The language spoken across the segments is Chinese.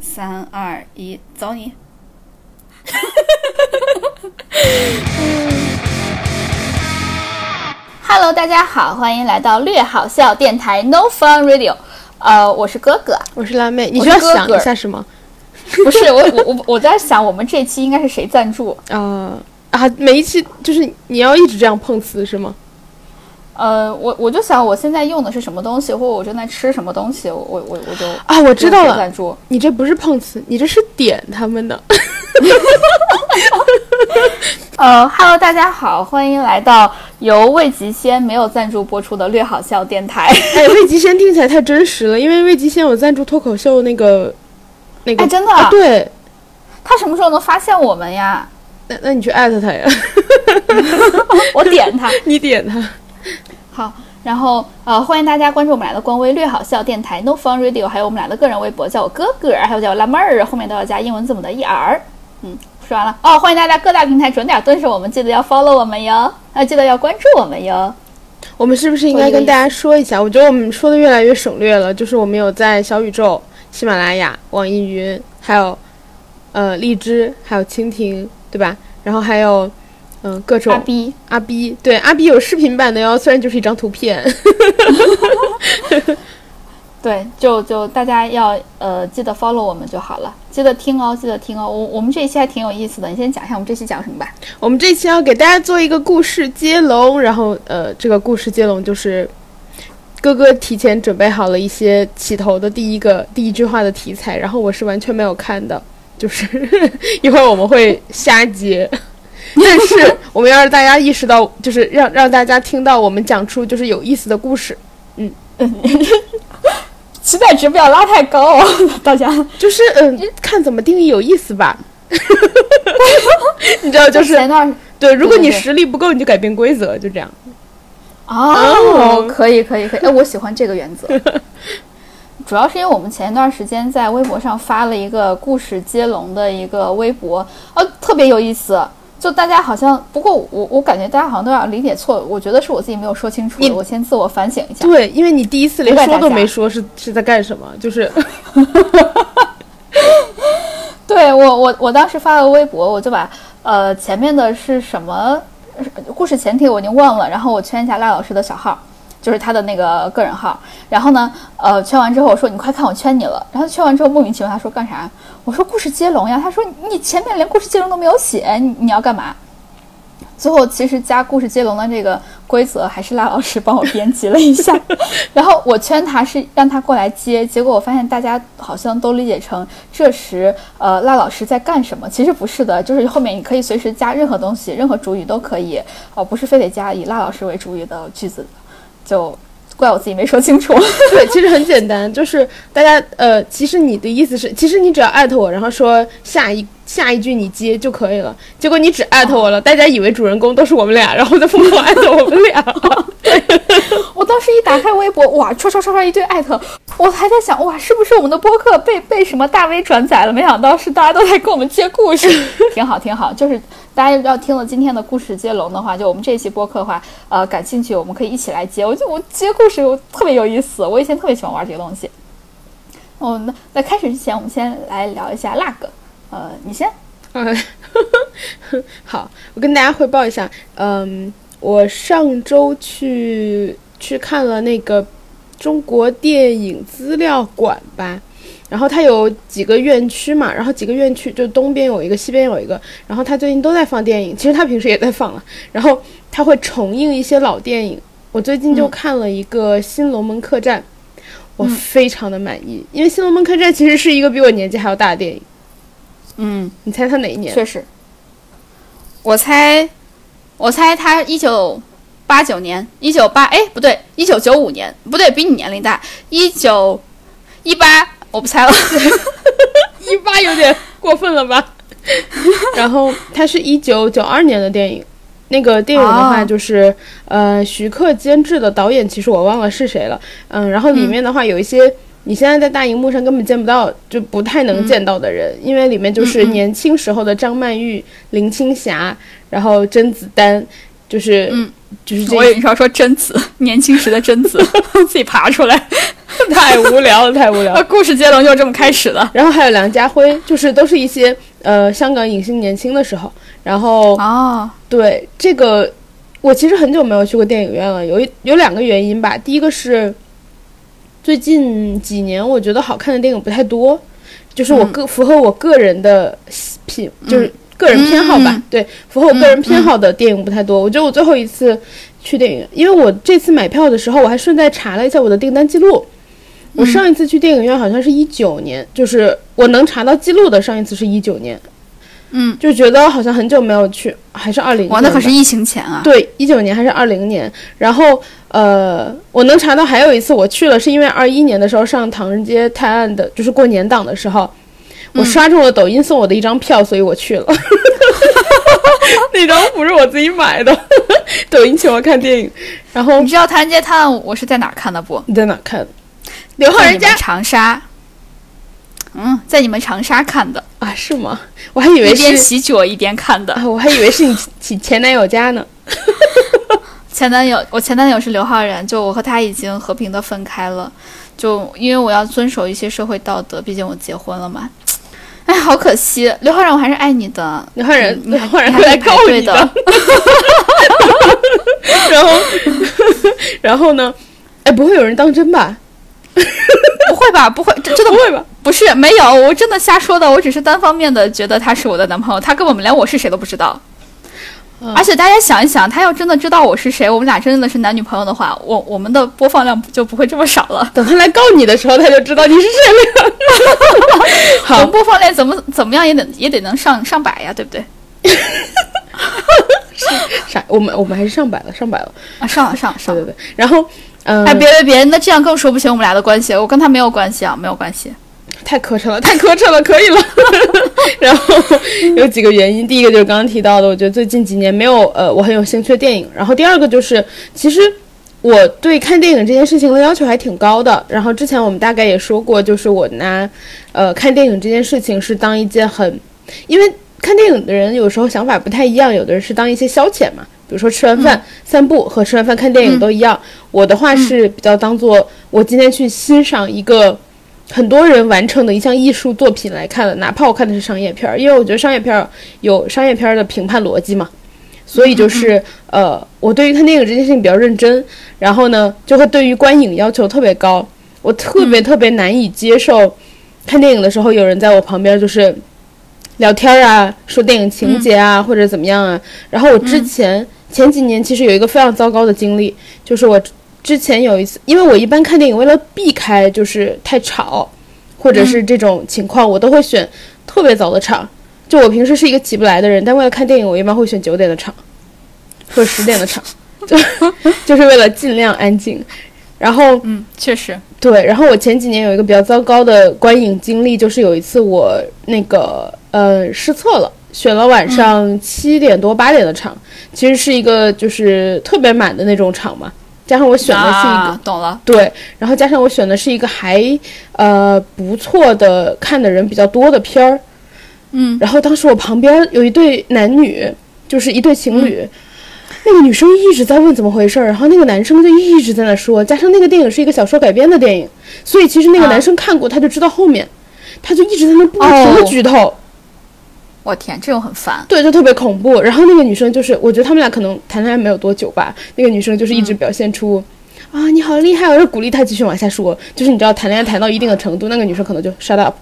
3、2、1，走你！Hello， 大家好，欢迎来到略好笑电台 No Fun Radio。我是哥哥， 我是辣妹。你需要想一下是吗？ 不是，我在想，我们这期应该是谁赞助？ 每一期就是你要一直这样碰瓷是吗？ 我就想我现在用的是什么东西，或者我正在吃什么东西，我就我知道了， 赞助。 你这不是碰瓷，你这是点他们的。 Hello， 大家好，欢迎来到由味极鲜没有赞助播出的略好笑电台。 味极鲜听起来太真实了，因为味极鲜有赞助脱口秀那个， 真的对， 他什么时候能发现我们呀？ 那你去艾特他呀。 我点他， 你点他。 好，然后欢迎大家关注我们俩的官微略好笑电台 No Fun Radio， 还有我们俩的个人微博，叫我哥哥，还有叫我辣妹儿，后面都要加英文字母的 ER。说完了欢迎大家各大平台准点蹲守我们，记得要 follow 我们哟，记得要关注我们哟。 我们是不是应该跟大家说一下？我觉得我们说的越来越省略了，就是我们有在小宇宙、喜马拉雅、网易云，还有荔枝，还有蜻蜓，对吧？然后还有各种阿 B， 对，阿 B 有视频版的哟，虽然就是一张图片。 对，就大家要记得 follow 我们就好了，记得听哦，我们这一期还挺有意思的，你先讲一下我们这期讲什么吧。 我们这期要给大家做一个故事接龙，然后这个故事接龙就是哥哥提前准备好了一些起头的第一句话的题材，然后我是完全没有看的，就是一会儿我们会瞎接。但是我们要让大家意识到，就是让大家听到我们讲出就是有意思的故事。 期待值不要拉太高哦，大家就是看怎么定义有意思吧。你知道，就是对，如果你实力不够，你就改变规则，就这样。 可以，我喜欢这个原则。主要是因为我们前一段时间在微博上发了一个故事接龙的一个微博，特别有意思。就大家好像，不过我感觉大家好像都要理解错，我觉得是我自己没有说清楚，我先自我反省一下。 对，因为你第一次连说都没说是在干什么，就是对，我当时发了微博，我就把前面的是什么故事前提我已经忘了，然后我圈一下赖老师的小号，就是他的那个个人号，然后呢圈完之后我说你快看我圈你了，然后圈完之后莫名其妙他说干啥，我说故事接龙呀，他说你前面连故事接龙都没有写，你要干嘛？最后其实加故事接龙的这个规则还是赖老师帮我编辑了一下。然后我圈他是让他过来接，结果我发现大家好像都理解成这时赖老师在干什么，其实不是的，就是后面你可以随时加任何东西，任何主语都可以，不是非得加以赖老师为主语的句子，就怪我自己没说清楚。 对，其实很简单，就是大家其实你的意思是，其实你只要艾特我，然后说下一句你接就可以了。结果你只艾特我了，大家以为主人公都是我们俩，然后就疯狂艾特我们俩。 对，我当时一打开微博，哇，刷一堆艾特，我还在想，哇，是不是我们的播客被什么大 V 转载了？没想到是大家都在给我们接故事，挺好。就是大家要听了今天的故事接龙的话，就我们这一期播客的话，感兴趣我们可以一起来接。我接故事特别有意思，我以前特别喜欢玩这个东西。那开始之前，我们先来聊一下辣哥。你先。 好，我跟大家汇报一下。我上周去看了那个中国电影资料馆吧，然后它有几个院区嘛，然后几个院区就东边有一个，西边有一个，然后它最近都在放电影，其实它平时也在放了，然后它会重映一些老电影。我最近就看了一个《新龙门客栈》，我非常的满意，因为《新龙门客栈》其实是一个比我年纪还要大的电影。你猜他哪一年？ 确实，我猜他1989年不对，1995年不对，比你年龄大，1918，我不猜了。 18有点过分了吧？然后它是1992年的电影，那个电影的话就是徐克监制的，导演其实我忘了是谁了。然后里面的话有一些你现在在大荧幕上根本见不到，就不太能见到的人，因为里面就是年轻时候的张曼玉、林青霞，然后甄子丹，就是这。 我以为你说贞子，年轻时的贞子，自己爬出来。 太无聊了，太无聊了。 故事接龙就这么开始了。 然后还有梁家辉，就是都是一些香港影星年轻的时候。然后对这个，我其实很久没有去过电影院了，有两个原因吧。第一个是最近几年我觉得好看的电影不太多，就是符合我个人的就是个人偏好吧。对，符合我个人偏好的电影不太多。我觉得我最后一次去电影院，因为我这次买票的时候我还顺带查了一下我的订单记录。我上一次去电影院好像是19年，就是我能查到记录的上一次是19年。就觉得好像很久没有去，还是20年。 哇，那可是疫情前啊。 对，19年还是20年。然后我能查到还有一次我去了，是因为21年的时候上《唐人街探案》的，就是过年档的时候，我刷中了抖音送我的一张票，所以我去了。那张不是我自己买的，抖音请我看电影。然后你知道《唐人街探案》我是在哪儿看的不？ 你在哪儿看的？刘昊然家。 长沙。在你们长沙看的啊？是吗？我还以为是一边骑酒一边看的。 我还以为是你前男友家呢。 我前男友是刘昊然，就我和他已经和平的分开了，就因为我要遵守一些社会道德，毕竟我结婚了嘛。哎，好可惜，刘昊然，我还是爱你的。 刘昊然会来告你的。然后呢？哎，不会有人当真吧？ 不会吧？不会，真的不会吧？ 不是，没有，我真的瞎说的。我只是单方面的觉得他是我的男朋友，他根本连我是谁都不知道。而且大家想一想，他要真的知道我是谁，我们俩真的是男女朋友的话，我们的播放量就不会这么少了。 等他来告你的时候，他就知道你是谁了。好， 我们播放量怎么样也得能上百呀，对不对？ 啥？我们还是上百了啊！上了。 对。然后。 哎，别，那这样更说不清我们俩的关系。我跟他没有关系啊，没有关系。 太磕碜了，可以了。然后有几个原因，第一个就是刚刚提到的，我觉得最近几年没有我很有兴趣的电影。然后第二个就是，其实我对看电影这件事情的要求还挺高的。然后之前我们大概也说过，就是我拿看电影这件事情是当一件因为看电影的人有时候想法不太一样，有的人是当一些消遣嘛。比如说吃完饭散步和吃完饭看电影都一样。我的话是比较当做我今天去欣赏一个很多人完成的一项艺术作品来看的，哪怕我看的是商业片，因为我觉得商业片有商业片的评判逻辑嘛。所以就是我对于看电影这件事情比较认真，然后呢就会对于观影要求特别高。我特别难以接受看电影的时候有人在我旁边就是聊天啊，说电影情节啊，或者怎么样啊。然后我前几年其实有一个非常糟糕的经历，就是我之前有一次，因为我一般看电影为了避开就是太吵或者是这种情况，我都会选特别早的场。就我平时是一个起不来的人，但为了看电影我一般会选9点的场或者10点的场，就是为了尽量安静。然后确实对。然后我前几年有一个比较糟糕的观影经历，就是有一次我那个失策了，选了晚上7点多8点的场，其实是一个就是特别满的那种场嘛，加上我选的是一个懂了。 对，然后加上我选的是一个还不错的看的人比较多的片儿。然后当时我旁边有一对男女，就是一对情侣。那个女生一直在问怎么回事，然后那个男生就一直在那说，加上那个电影是一个小说改编的电影，所以其实那个男生看过他就知道后面，他就一直在那不停的剧透。 我天，这种很烦。 对，就特别恐怖。然后那个女生就是，我觉得他们俩可能谈恋爱没有多久吧，那个女生就是一直表现出啊你好厉害，我就鼓励他继续往下说。就是你知道谈恋爱谈到一定的程度，那个女生可能就 shut up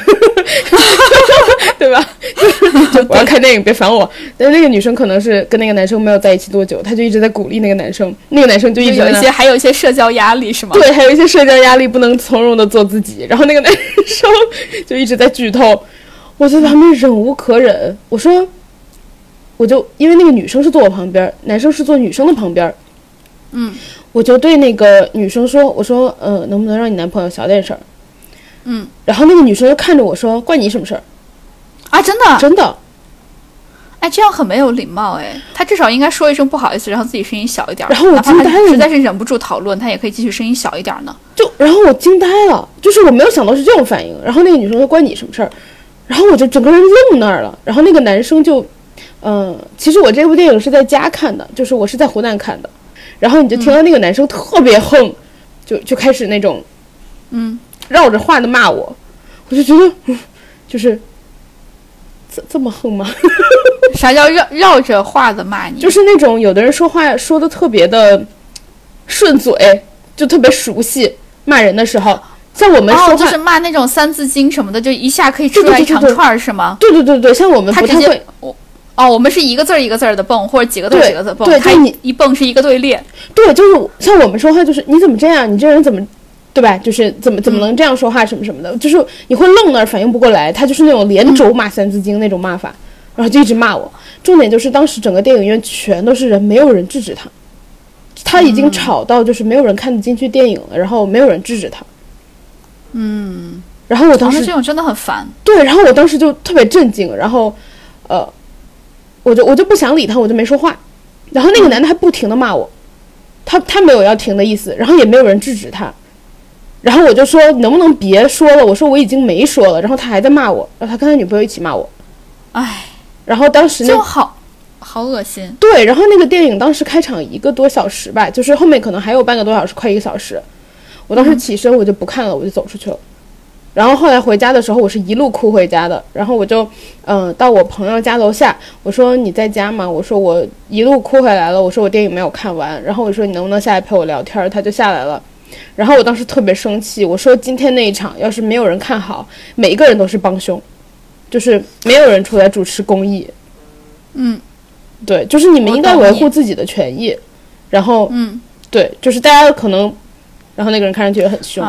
对吧？就我要看电影别烦我。但是那个女生可能是跟那个男生没有在一起多久，她就一直在鼓励那个男生，那个男生就一直还有一些社交压力是吗？ 对，还有一些社交压力，不能从容的做自己。然后那个男生就一直在剧透，我在旁边忍无可忍。我就因为那个女生是坐我旁边，男生是坐女生的旁边，我就对那个女生说，我说能不能让你男朋友小点声？然后那个女生就看着我说，关你什么事儿？ 啊，真的真的。 哎，这样很没有礼貌哎，他至少应该说一声不好意思，然后自己声音小一点。 然后我惊呆了， 实在是忍不住讨论，他也可以继续声音小一点呢。 然后我惊呆了，就是我没有想到是这种反应。然后那个女生说关你什么事儿？然后我就整个人愣那儿了。然后那个男生就，其实我这部电影是在家看的，就是我是在湖南看的。然后你就听到那个男生特别横，就开始那种绕着话的骂我，我就觉得，就是这么横吗？ 啥叫绕着话的骂你？ 就是那种有的人说话说的特别的顺嘴，就特别熟悉，骂人的时候，像我们说话， 就是骂那种三字经什么的，就一下可以出来一长串是吗？ 对，像我们不太会。 我们是一个字儿一个字儿的蹦，或者几个字儿几个字蹦， 对， 它一蹦是一个队列。 对，就是像我们说话，就是你怎么这样？你这人怎么，对吧？就是怎么能这样说话什么什么的，就是你会愣那儿反应不过来。他就是那种连轴骂三字经那种骂法，然后就一直骂我。重点就是当时整个电影院全都是人，没有人制止他，他已经吵到就是没有人看得进去电影了，然后没有人制止他。然后我当时这种真的很烦。 对，然后我当时就特别震惊，然后我就不想理他，我就没说话。然后那个男的还不停的骂我，他没有要停的意思，然后也没有人制止他。然后我就说能不能别说了，我说我已经没说了，然后他还在骂我，然后他跟他女朋友一起骂我。然后当时就好恶心。 对，然后那个电影当时开场1个多小时吧，就是后面可能还有半个多小时，快1个小时。我当时起身我就不看了，我就走出去了。然后后来回家的时候，我是一路哭回家的。然后我就到我朋友家楼下，我说你在家吗？我说我一路哭回来了，我说我电影没有看完。然后我说你能不能下来陪我聊天？他就下来了。然后我当时特别生气，我说今天那一场要是没有人看好，每一个人都是帮凶，就是没有人出来主持公义。对，就是你们应该维护自己的权益。然后对，就是大家可能，然后那个人看上去也很凶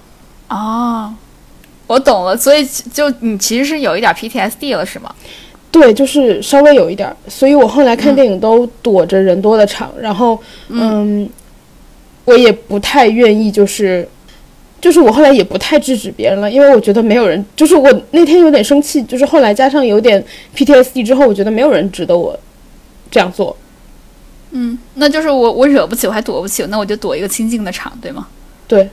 我懂了，所以就你其实是有一点 PTSD 了，是吗？ 对，就是稍微有一点，所以我后来看电影都躲着人多的场，然后我也不太愿意，就是我后来也不太制止别人了，因为我觉得没有人，就是我那天有点生气，就是后来加上有点 PTSD 之后，我觉得没有人值得我这样做。 那就是我惹不起，我还躲不起，那我就躲一个清静的场，对吗？ 对。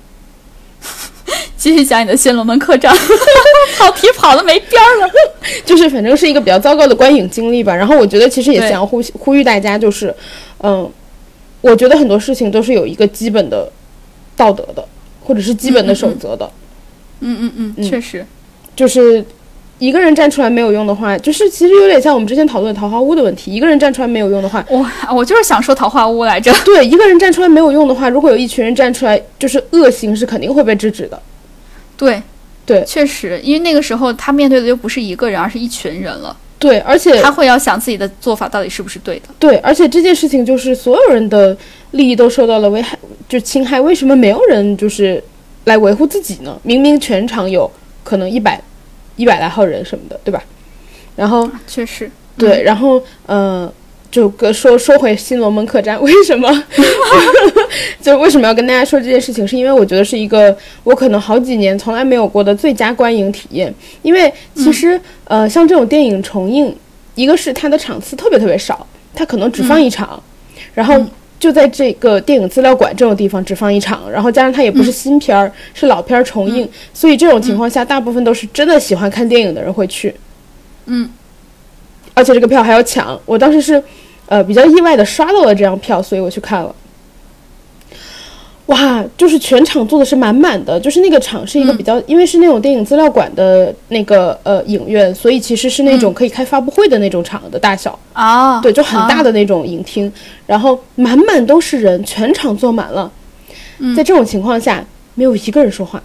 继续讲你的仙罗门客栈。跑题跑得没边儿了。 就是反正是一个比较糟糕的观影经历吧。然后我觉得其实也想呼吁大家，就是我觉得很多事情都是有一个基本的道德的，或者是基本的守则的。 确实， 就是一个人站出来没有用的话，就是其实有点像我们之前讨论的桃花坞的问题。一个人站出来没有用的话， 我就是想说桃花坞来着。 对，一个人站出来没有用的话，如果有一群人站出来，就是恶行是肯定会被制止的。对， 确实，因为那个时候他面对的就不是一个人，而是一群人了。 对，而且他会要想自己的做法到底是不是对的。 对，而且这件事情就是所有人的利益都受到了危害，就侵害。为什么没有人就是来维护自己呢？明明全场有可能100来号人什么的，对吧？然后确实对，然后就说回新龙门客栈，为什么就为什么要跟大家说这件事情，是因为我觉得是一个我可能好几年从来没有过的最佳观影体验。因为其实像这种电影重映，一个是它的场次特别特别少，它可能只放一场，然后就在这个电影资料馆这种地方只放一场，然后加上它也不是新片儿，是老片儿重映，所以这种情况下大部分都是真的喜欢看电影的人会去。而且这个票还要抢，我当时是比较意外的刷到了这张票，所以我去看了。哇，就是全场坐的是满满的，就是那个场是一个比较，因为是那种电影资料馆的那个影院，所以其实是那种可以开发布会的那种场的大小啊，对，就很大的那种影厅，然后满满都是人，全场坐满了。在这种情况下，没有一个人说话。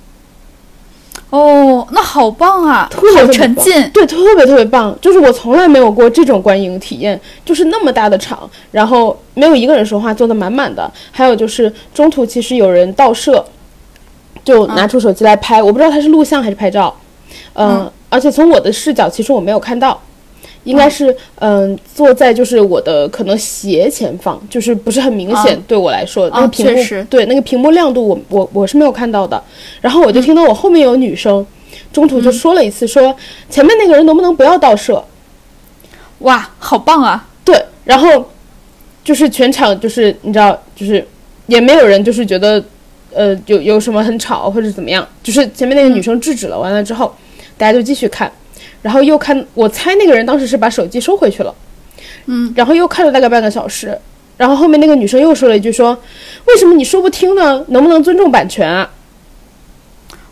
那好棒啊， 特别好沉浸。 对，特别特别棒，就是我从来没有过这种观影体验，就是那么大的场，然后没有一个人说话，坐得满满的。还有就是中途其实有人盗摄，就拿出手机来拍，我不知道他是录像还是拍照，而且从我的视角其实我没有看到，应该是坐在就是我的可能斜前方，就是不是很明显，对我来说那个屏幕，对那个屏幕亮度我是没有看到的。然后我就听到我后面有女生中途就说了一次，说前面那个人能不能不要盗摄。 哇，好棒啊。 对，然后就是全场就是你知道，就是也没有人就是觉得有什么很吵或者怎么样，就是前面那个女生制止了，完了之后大家就继续看，然后又看，我猜那个人当时是把手机收回去了，然后又看了大概半个小时，然后后面那个女生又说了一句，说为什么你说不听呢？能不能尊重版权啊？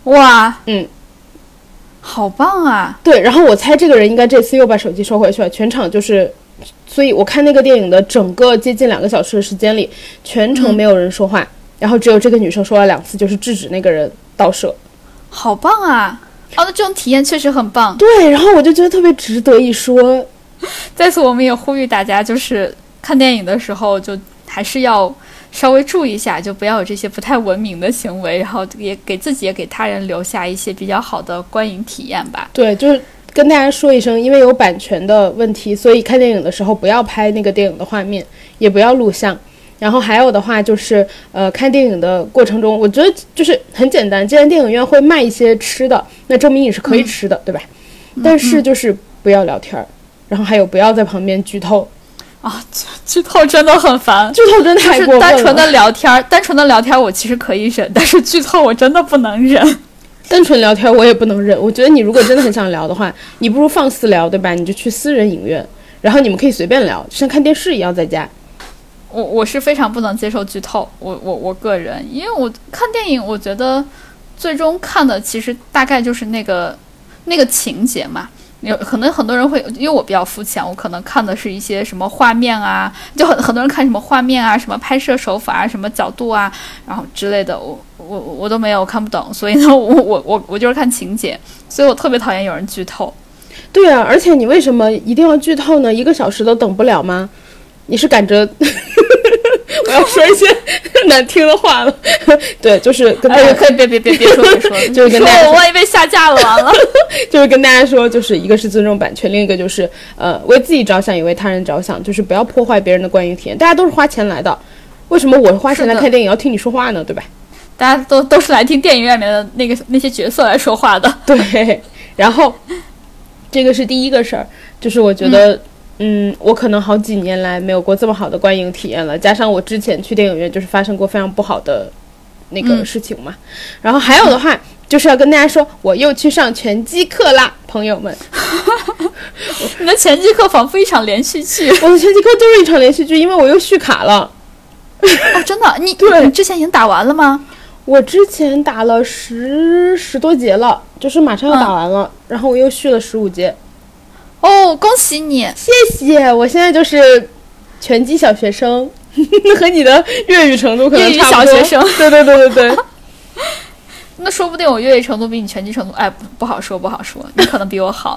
哇， 嗯， 好棒啊！ 对，然后我猜这个人应该这次又把手机收回去了，全场就是，所以我看那个电影的整个接近2个小时的时间里，全程没有人说话，然后只有这个女生说了2次，就是制止那个人盗摄。 好棒啊！哦，那这种体验确实很棒。 对，然后我就觉得特别值得一说。 在此，我们也呼吁大家，就是看电影的时候，就还是要稍微注意一下，就不要有这些不太文明的行为，然后也给自己也给他人留下一些比较好的观影体验吧。 对，就是跟大家说一声，因为有版权的问题，所以看电影的时候不要拍那个电影的画面，也不要录像。然后还有的话就是，看电影的过程中，我觉得就是很简单，既然电影院会卖一些吃的，那证明你是可以吃的，对吧？但是就是不要聊天，然后还有不要在旁边剧透。 啊，剧透真的很烦， 剧透真的太过分了。 单纯的聊天我其实可以忍，但是剧透我真的不能忍。 单纯聊天我也不能忍，我觉得你如果真的很想聊的话，你不如放私聊，对吧？你就去私人影院，然后你们可以随便聊，就像看电视一样在家。 我是非常不能接受剧透，我个人，因为我看电影，我觉得最终看的其实大概就是那个情节嘛。可能很多人会，因为我比较肤浅，我可能看的是一些什么画面啊，就很多人看什么画面啊，什么拍摄手法啊，什么角度啊，然后之类的，我都没有看不懂，所以呢，我就是看情节，所以我特别讨厌有人剧透。 对啊，而且你为什么一定要剧透呢？1个小时都等不了吗？你是赶着我要说一些难听的话了。对，就是跟大家可以别说， 就是跟大家说我万一被下架了完了。 就是跟大家说，就是一个是尊重版权，另一个就是为自己着想也为他人着想，就是不要破坏别人的观影体验。大家都是花钱来的，为什么我花钱来看电影要听你说话呢？对吧？ 大家都是来听电影院里面的那些角色来说话的。 对，然后这个是第一个事儿，就是我觉得我可能好几年来没有过这么好的观影体验了，加上我之前去电影院就是发生过非常不好的那个事情嘛。然后还有的话就是要跟大家说，我又去上拳击课啦，朋友们。 你的拳击课仿佛一场连续剧。 我的拳击课就是一场连续剧，因为我又续卡了。 哦，真的？你之前已经打完了吗？ 我之前打了十多节了，就是马上要打完了，然后我又续了15节。 哦，恭喜你！ 谢谢，我现在就是拳击小学生，和你的粤语程度可能差不多。 粤语小学生， 对。 那说不定我粤语程度比你拳击程度，不好说，你可能比我好。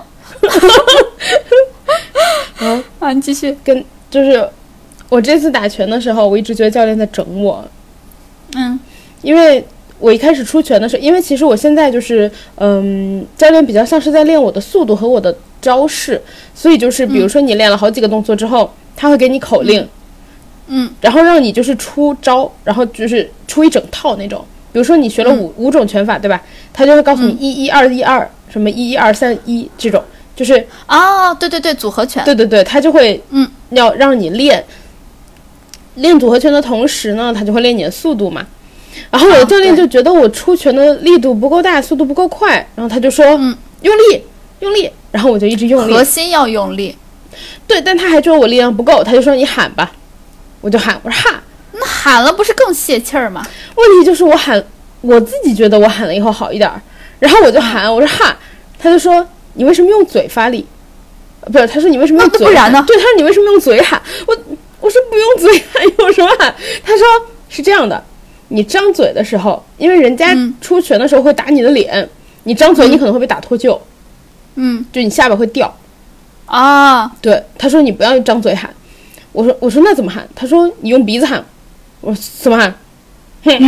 你继续。 就是我这次打拳的时候，我一直觉得教练在整我。因为我一开始出拳的时候，因为其实我现在就是教练比较像是在练我的速度和我的招式，所以就是比如说你练了好几个动作之后，他会给你口令，然后让你就是出招，然后就是出一整套那种。比如说你学了五种拳法，对吧？他就会告诉你1-1-2-1-2，什么1-1-2-3-1这种，就是对，组合拳。 对，他就会要让你练组合拳的同时呢，他就会练你的速度嘛。然后我的教练就觉得我出拳的力度不够大，速度不够快，然后他就说用力，然后我就一直用力， 核心要用力。 对，但他还觉得我力量不够，他就说你喊吧，我就喊，我说哈， 那喊了不是更泄气儿吗？ 问题就是我自己觉得我喊了以后好一点，然后我就喊，我说哈，他就说你为什么用嘴发力？不是，他说你为什么用嘴喊？ 不然呢？ 对，他说你为什么用嘴喊？我说不用嘴喊，用什么喊？他说是这样的。你张嘴的时候，因为人家出拳的时候会打你的脸，你张嘴你可能会被打脱臼，就你下巴会掉啊。对，他说你不要张嘴喊，我说那怎么喊？他说你用鼻子喊，我说怎么喊？发什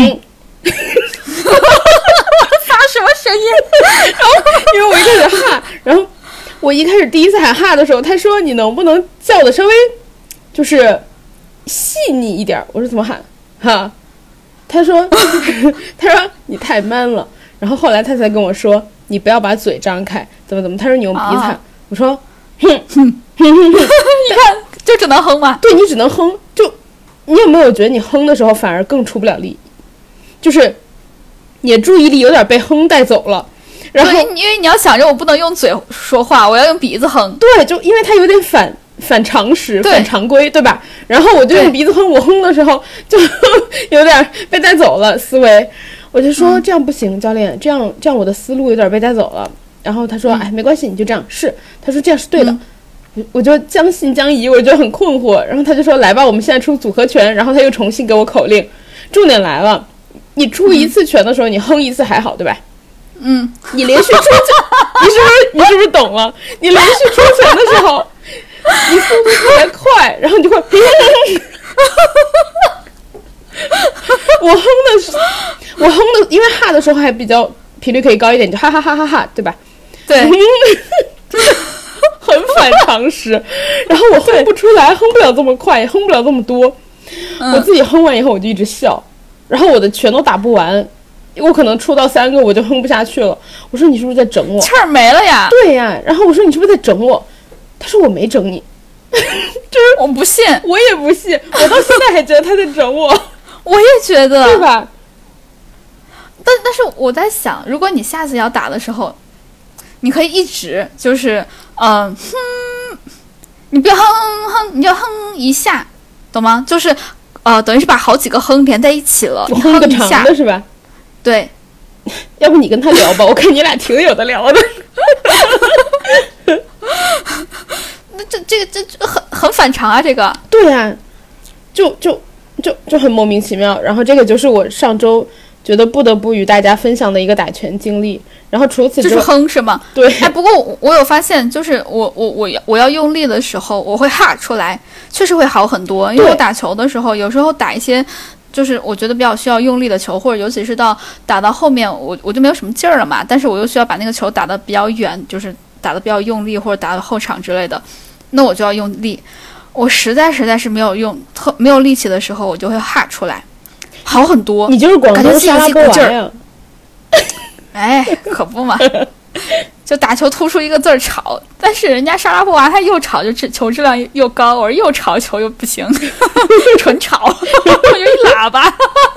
么声音？ 然后因为我一开始哈，然后我一开始第一次喊哈的时候，他说你能不能叫的稍微就是细腻一点？我说怎么喊？哈。他说你太 man 了，然后后来他才跟我说你不要把嘴张开，怎么，他说你用鼻子喊，我说你看就只能哼嘛。 对，你只能哼，就你有没有觉得你哼的时候反而更出不了力，就是你的注意力有点被哼带走了，然后因为你要想着我不能用嘴说话，我要用鼻子哼。 对，就因为它有点反常识，反常规，对吧？然后我就用鼻子哼，我哼的时候就有点被带走了思维， 我就说这样不行，教练，这样我的思路有点被带走了。然后他说，哎，没关系，你就这样试。他说这样是对的。我就将信将疑，我就很困惑。然后他就说，来吧，我们现在出组合拳。然后他又重新给我口令。重点来了，你出一次拳的时候，你哼一次还好，对吧？你连续出拳，你是不是懂了？你连续出拳的时候，你速度特别快，然后你就会我哼的，因为哈的时候还比较频率可以高一点，就哈哈哈哈哈，对吧？ 对， 很反常识。然后我哼不出来，哼不了这么快，也哼不了这么多。我自己哼完以后，我就一直笑，然后我的拳都打不完，我可能出到3个我就哼不下去了。我说你是不是在整我？ 气儿没了呀？ 对呀。然后我说你是不是在整我？他说我没整你。就是我不信， 我也不信，我到现在还觉得他在整我。 我也觉得， 对吧？ 但是我在想，如果你下次要打的时候，你可以一直就是你不要哼，你就哼一下，懂吗？就是等于是把好几个哼连在一起了， 我哼个长的是吧？ 对， 要不你跟他聊吧，我看你俩挺有的聊的。 那这很反常啊，这个。 对啊，就很莫名其妙。然后这个就是我上周觉得不得不与大家分享的一个打拳经历。然后除此之外， 就是哼是吗？ 对。 哎，不过我有发现，就是我要用力的时候，我会哈出来，确实会好很多。因为我打球的时候，有时候打一些就是我觉得比较需要用力的球，或者尤其是打到后面，我就没有什么劲儿了嘛。但是我又需要把那个球打得比较远，就是打得比较用力，或者打到后场之类的，那我就要用力。我实在是没有力气的时候，我就会哈出来，好很多。 你就是广东沙拉波娃呀！ 哎，可不嘛，就打球突出一个字儿吵，但是人家沙拉波娃他又吵就球质量又高，我说又吵球又不行，纯吵，我有一喇叭。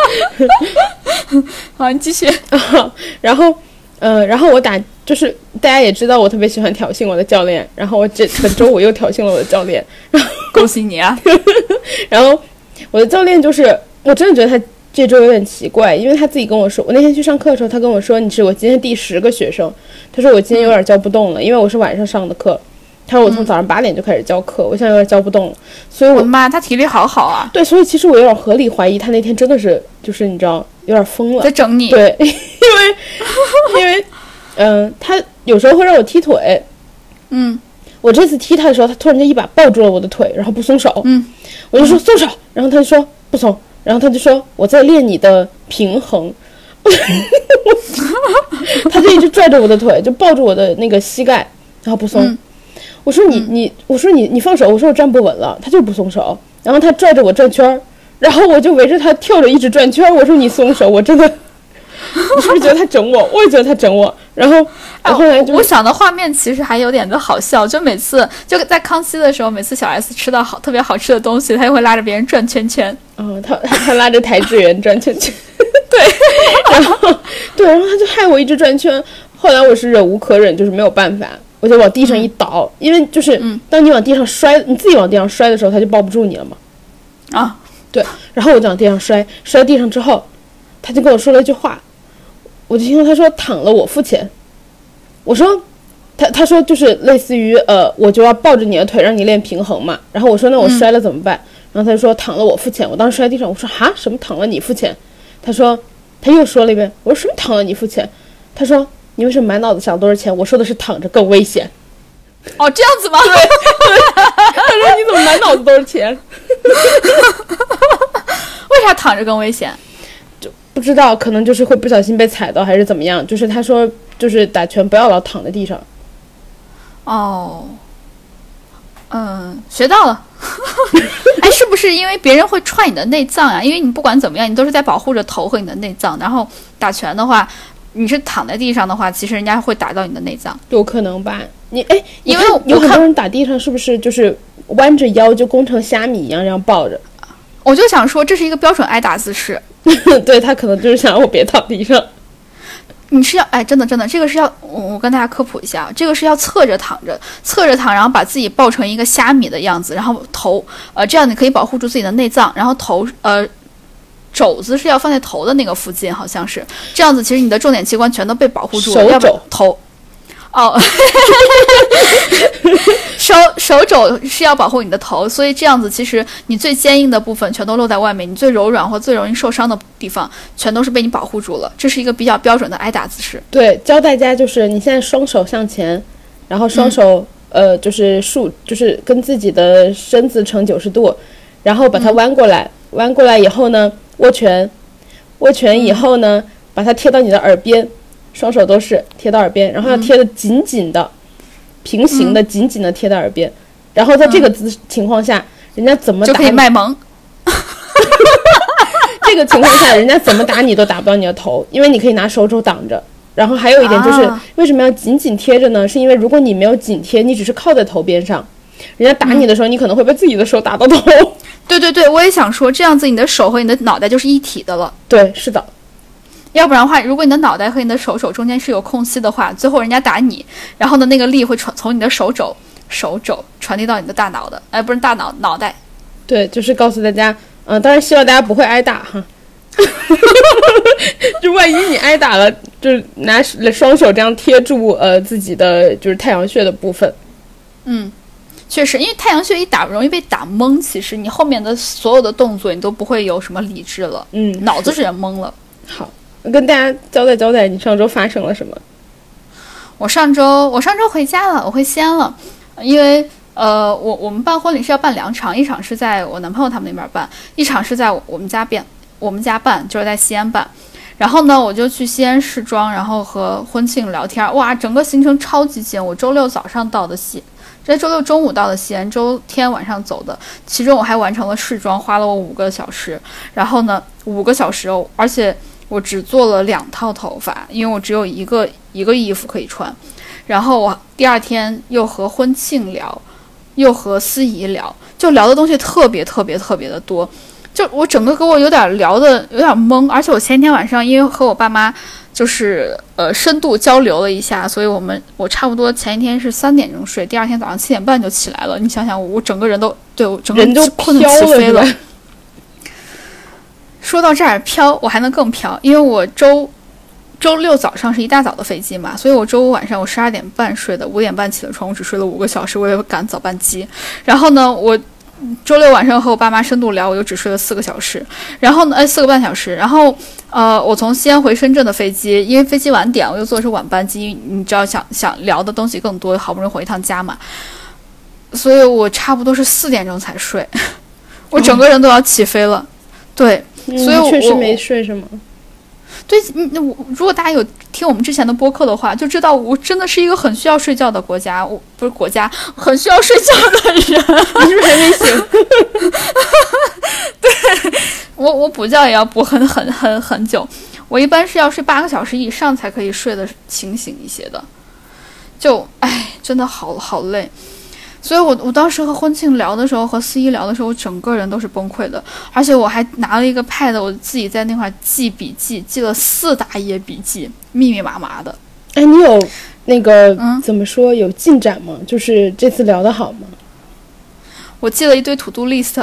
好，你继续。 然后我打就是大家也知道我特别喜欢挑衅我的教练，然后本周我又挑衅了我的教练， 恭喜你啊！ 然后我的教练就是我真的觉得他这周有点奇怪，因为他自己跟我说，我那天去上课的时候，他跟我说你是我今天第10个学生，他说我今天有点教不动了，因为我是晚上上的课，他说我从早上8点就开始教课，我现在有点教不动了，所以我妈，他体力好好啊。 对，所以其实我有点合理怀疑他那天真的是就是你知道有点疯了， 在整你。 对，因为他有时候会让我踢腿，我这次踢他的时候，他突然间一把抱住了我的腿，然后不松手，我就说松手，然后他就说不松。然后他就说我在练你的平衡，他就一直拽着我的腿，就抱住我的那个膝盖，然后不松。我说你放手，我说我站不稳了，他就不松手。然后他拽着我转圈，然后我就围着他跳着一直转圈。我说你松手，我真的，你是不是觉得他整我？我也觉得他整我。然后我后来我想的画面其实还有点的好笑，就每次就在康熙的时候，每次小 S 吃到特别好吃的东西，他就会拉着别人转圈圈。 他拉着台志远转圈圈，对，然后他就害我一直转圈。后来我是忍无可忍，就是没有办法，我就往地上一倒，因为就是当你往地上摔，你自己往地上摔的时候，他就抱不住你了嘛。 啊， 对，然后我就往地上摔地上之后，他就跟我说了一句话，我就听到他说躺了我付钱。我说他说就是类似于我就要抱着你的腿让你练平衡嘛。然后我说那我摔了怎么办？然后他就说躺了我付钱。我当时摔地上，我说哈什么躺了你付钱？他又说了一遍，我说什么躺了你付钱？他说你为什么满脑子想都是钱？我说的是躺着更危险。 哦，这样子吗？ 对，他说你怎么满脑子都是钱？ 为啥躺着更危险？ 就不知道，可能就是会不小心被踩到还是怎么样。就是他说就是打拳不要老躺在地上。 哦，学到了。哎，是不是因为别人会踹你的内脏啊？因为你不管怎么样，你都是在保护着头和你的内脏。然后打拳的话，你是躺在地上的话，其实人家会打到你的内脏。 有可能吧？ 因为有很多人打地上是不是就是弯着腰就弓成虾米一样这样抱着？ 我就想说这是一个标准挨打姿势。 对，他可能就是想让我别躺地上。 你是要真的，这个是要我跟大家科普一下，这个是要侧着躺，然后把自己抱成一个虾米的样子，然后头这样你可以保护住自己的内脏，然后头肘子是要放在头的那个附近，好像是这样子。其实你的重点器官全都被保护住了， 手肘要不头。哦，手肘是要保护你的头，所以这样子其实你最坚硬的部分全都露在外面，你最柔软或最容易受伤的地方全都是被你保护住了。这是一个比较标准的挨打姿势。 对，教大家就是你现在双手向前，然后双手、就是就是跟自己的身子成90度，然后把它弯过来，弯过来以后呢握拳以后呢把它贴到你的耳边。双手都是贴到耳边，然后要贴得紧紧的、平行的、紧紧的贴到耳边。然后在这个情况下，人家怎么打就可以卖萌。 这个情况下，人家怎么打你都打不到你的头，因为你可以拿手肘挡着。然后还有一点就是，为什么要紧紧贴着呢？是因为如果你没有紧贴，你只是靠在头边上，人家打你的时候，你可能会被自己的手打到头。 对，我也想说，这样子你的手和你的脑袋就是一体的了。 对，是的。 要不然的话，如果你的脑袋和你的手肘中间是有空隙的话，最后人家打你，然后呢那个力会从你的手肘传递到你的大脑的，不是大脑袋。 对，就是告诉大家，当然希望大家不会挨打哈。就万一你挨打了，就是拿双手这样贴住自己的就是太阳穴的部分。 确实，因为太阳穴一打容易被打懵，其实你后面的所有的动作你都不会有什么理智了，脑子直接懵了。 好。跟大家交代你上周发生了什么。 我上周回家了，我回西安了，因为我们办婚礼是要办2场，一场是在我男朋友他们那边办，一场是在我们家办，就是在西安办。然后呢，我就去西安试妆，然后和婚庆聊天。哇，整个行程超级紧，我周六早上到的这周六中午到的西安，周天晚上走的，其中我还完成了试妆，花了我5个小时。然后呢，5个小时哦，而且我只做了2套头发，因为我只有一个衣服可以穿。然后我第2天又和婚庆聊，又和司仪聊，就聊的东西特别的多。就我整个给我有点聊的有点懵，而且我前一天晚上因为和我爸妈就是深度交流了一下，所以我差不多前一天是3点钟睡，第2天早上7点半就起来了。你想想，我整个人都我整个人都困得起飞了。说到这儿飘，我还能更飘，因为我周六早上是一大早的飞机嘛，所以我周五晚上我12点半睡的，5点半起了床，我只睡了5个小时，为了赶早班机。然后呢，我周六晚上和我爸妈深度聊，我就只睡了4个小时，然后呢，4个半小时。然后我从西安回深圳的飞机，因为飞机晚点，我又坐的是晚班机，你知道想聊的东西更多，好不容易回一趟家嘛，所以我差不多是4点钟才睡，我整个人都要起飞了。对，所以我确实没睡是吗？ 对，如果大家有听我们之前的播客的话，就知道我真的是一个很需要睡觉的国家，我不是国家，很需要睡觉的人。你是不是还没醒？ 对，我补觉也要补很久，我一般是要睡8个小时以上才可以睡得清醒一些的。就真的好累。所以我当时和婚庆聊的时候，和司仪聊的时候，我整个人都是崩溃的，而且我还拿了一个 pad， 我自己在那块记笔记，记了4大页笔记，密密麻麻的。 你有那个怎么说有进展吗？就是这次聊得好吗？ 我记了一堆 to do list。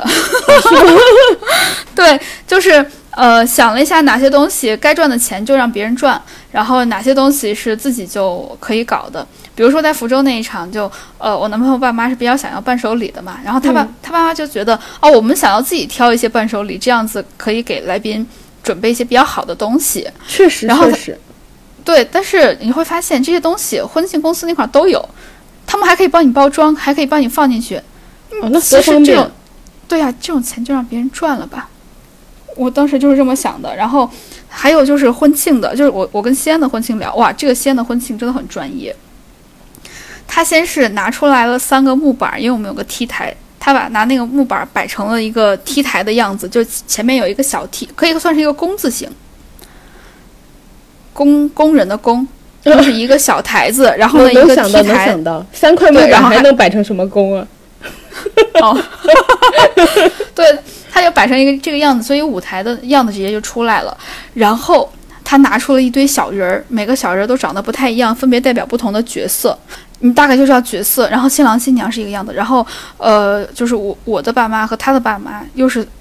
对，就是想了一下哪些东西该赚的钱就让别人赚，然后哪些东西是自己就可以搞的。比如说在福州那一场，就我男朋友爸妈是比较想要伴手礼的嘛，然后他爸妈就觉得我们想要自己挑一些伴手礼，这样子可以给来宾准备一些比较好的东西。 确实， 然后对，但是你会发现这些东西婚庆公司那块都有，他们还可以帮你包装，还可以帮你放进去。 那多方便。 对呀，这种钱就让别人赚了吧。我当时就是这么想的。然后还有就是婚庆的，就是我跟西安的婚庆聊，哇，这个西安的婚庆真的很专业。他先是拿出来了3个木板，因为我们有个 T 台，他拿那个木板摆成了一个 T 台的样子，就前面有一个小 T， 可以算是一个工字形，工人的工，就是一个小台子，然后呢一个 T 台。 能想到3块木板还能摆成什么工啊？ 对，他就摆成一个这个样子，所以舞台的样子直接就出来了。然后他拿出了一堆小人儿，每个小人都长得不太一样，分别代表不同的角色。你大概就知道角色，然后新郎新娘是一个样子，然后就是我的爸妈和他的爸妈又是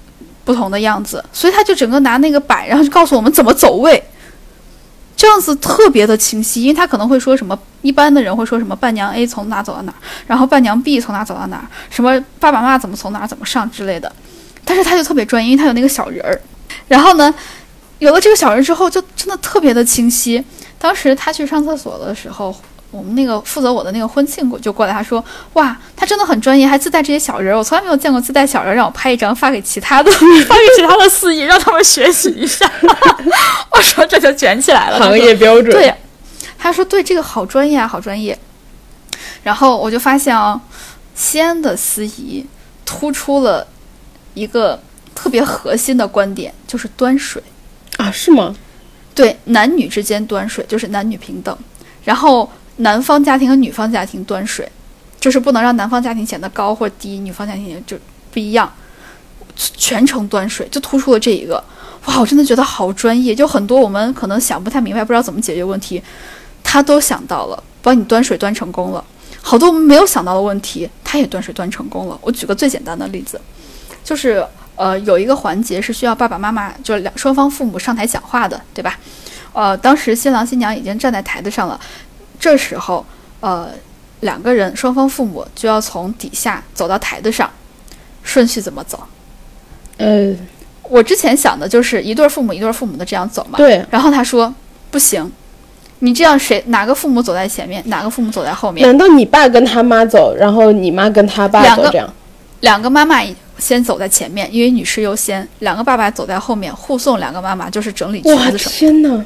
不同的样子，所以他就整个拿那个板，然后就告诉我们怎么走位，这样子特别的清晰。因为他可能会说什么，一般的人会说什么伴娘 A 从哪走到哪，然后伴娘 B 从哪走到哪，什么爸爸妈妈怎么从哪怎么上之类的，但是他就特别专业，因为他有那个小人儿。然后呢，有了这个小人之后，就真的特别的清晰。当时他去上厕所的时候，我们那个负责我的那个婚庆就过来，他说：“哇，他真的很专业，还自带这些小人，我从来没有见过自带小人，让我拍一张发给其他的司仪，让他们学习一下。”我说这就卷起来了， 行业标准。 对，他说对，这个好专业啊，好专业。然后我就发现啊，西安的司仪突出了一个特别核心的观点，就是端水啊？是吗？ 对，男女之间端水就是男女平等，然后男方家庭和女方家庭端水，就是不能让男方家庭显得高或低，女方家庭就不一样，全程端水，就突出了这一个。哇，我真的觉得好专业，就很多我们可能想不太明白，不知道怎么解决问题，他都想到了，帮你端水端成功了。好多我们没有想到的问题，他也端水端成功了。我举个最简单的例子，就是有一个环节是需要爸爸妈妈就是双方父母上台讲话的，对吧？当时新郎新娘已经站在台子上了，这时候两个人双方父母就要从底下走到台子上，顺序怎么走？我之前想的就是一对父母一对父母的这样走嘛。 对。 然后他说不行，你这样哪个父母走在前面，哪个父母走在后面？ 难道你爸跟他妈走，然后你妈跟他爸走这样？ 两个妈妈先走在前面，因为女士优先，两个爸爸走在后面护送两个妈妈，就是整理裙子什么。 天哪！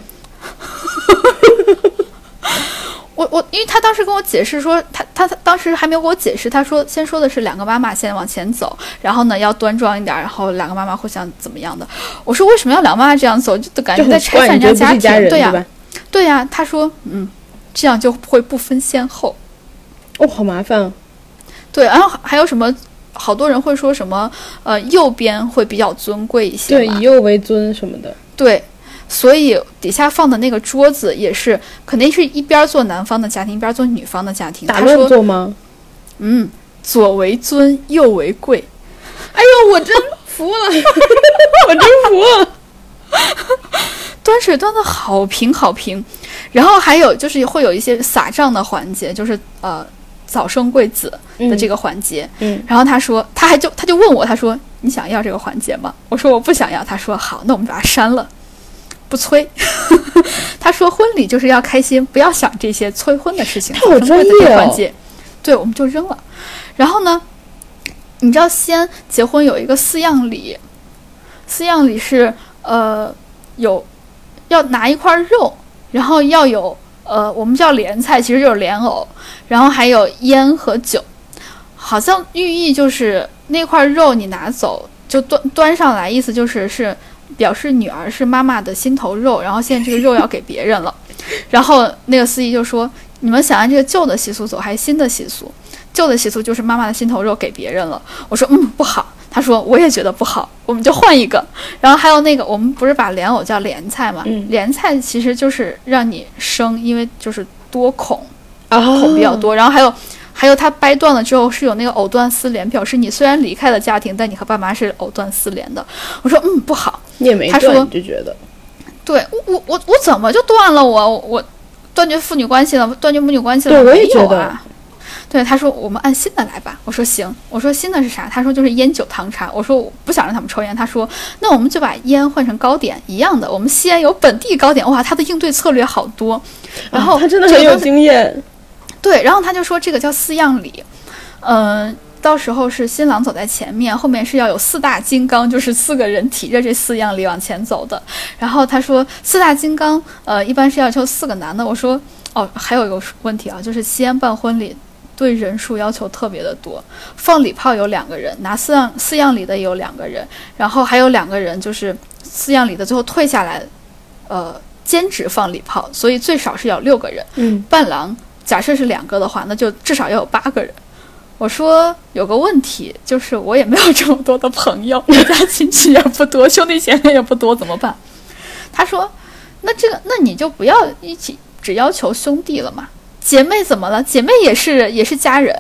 因为他当时跟我解释说，他当时还没有给我解释，他说先说的是两个妈妈先往前走，然后呢要端庄一点，然后两个妈妈互相怎么样的。我说为什么要两个妈妈这样走，就感觉在拆散人家家庭。对呀，他说这样就会不分先后。 哦，好麻烦啊。 对，然后还有什么？好多人会说什么右边会比较尊贵一些， 对，以右为尊什么的。 对，所以底下放的那个桌子也是肯定是一边做男方的家庭，一边做女方的家庭。 打乱做吗？ 左为尊，右为贵。 哎呦，我真服了，我真服了。 端水端的好平好平，然后还有就是会有一些撒账的环节，就是早生贵子的这个环节。然后他说他就问我，他说你想要这个环节吗？我说我不想要。他说好，那我们把它删了，不催。他说婚礼就是要开心，不要想这些催婚的事情。 他好专业哦。环节对，我们就扔了。然后呢，你知道西安结婚有一个四样礼，四样礼是要拿一块肉，然后要有我们叫莲菜，其实就是莲藕，然后还有烟和酒，好像寓意就是那块肉你拿走就端上来，意思是表示女儿是妈妈的心头肉，然后现在这个肉要给别人了。然后那个司仪就说，你们想按这个旧的习俗走还是新的习俗？旧的习俗就是妈妈的心头肉给别人了。我说不好。他说我也觉得不好，我们就换一个。然后还有那个我们不是把莲藕叫莲菜嘛，莲菜其实就是让你生，因为就是多孔，孔比较多。然后还有它掰断了之后是有那个藕断丝连，表示你虽然离开了家庭，但你和爸妈是藕断丝连的。我说不好。 你也没断，他说你就觉得对我怎么就断了？我断绝父女关系了，断绝母女关系了？ 对，我也觉得。对，他说我们按新的来吧。我说行。我说新的是啥？他说就是烟酒糖茶。我说我不想让他们抽烟。他说那我们就把烟换成糕点一样的，我们西安有本地糕点。哇，他的应对策略好多。然后他真的很有经验。 对，然后他就说这个叫四样礼。到时候是新郎走在前面，后面是要有四大金刚，就是4个人提着这4样礼往前走的。然后他说4大金刚一般是要求4个男的。我说还有一个问题啊，就是西安办婚礼对人数要求特别的多，放礼炮有2个人，拿四样礼的也有2个人，然后还有2个人就是4样礼的最后退下来兼职放礼炮，所以最少是要6个人。伴郎假设是2个的话，那就至少要有8个人。我说有个问题，就是我也没有这么多的朋友，我家亲戚也不多，兄弟姐妹也不多，怎么办？他说那你就不要一起只要求兄弟了嘛，姐妹怎么了？姐妹也是家人。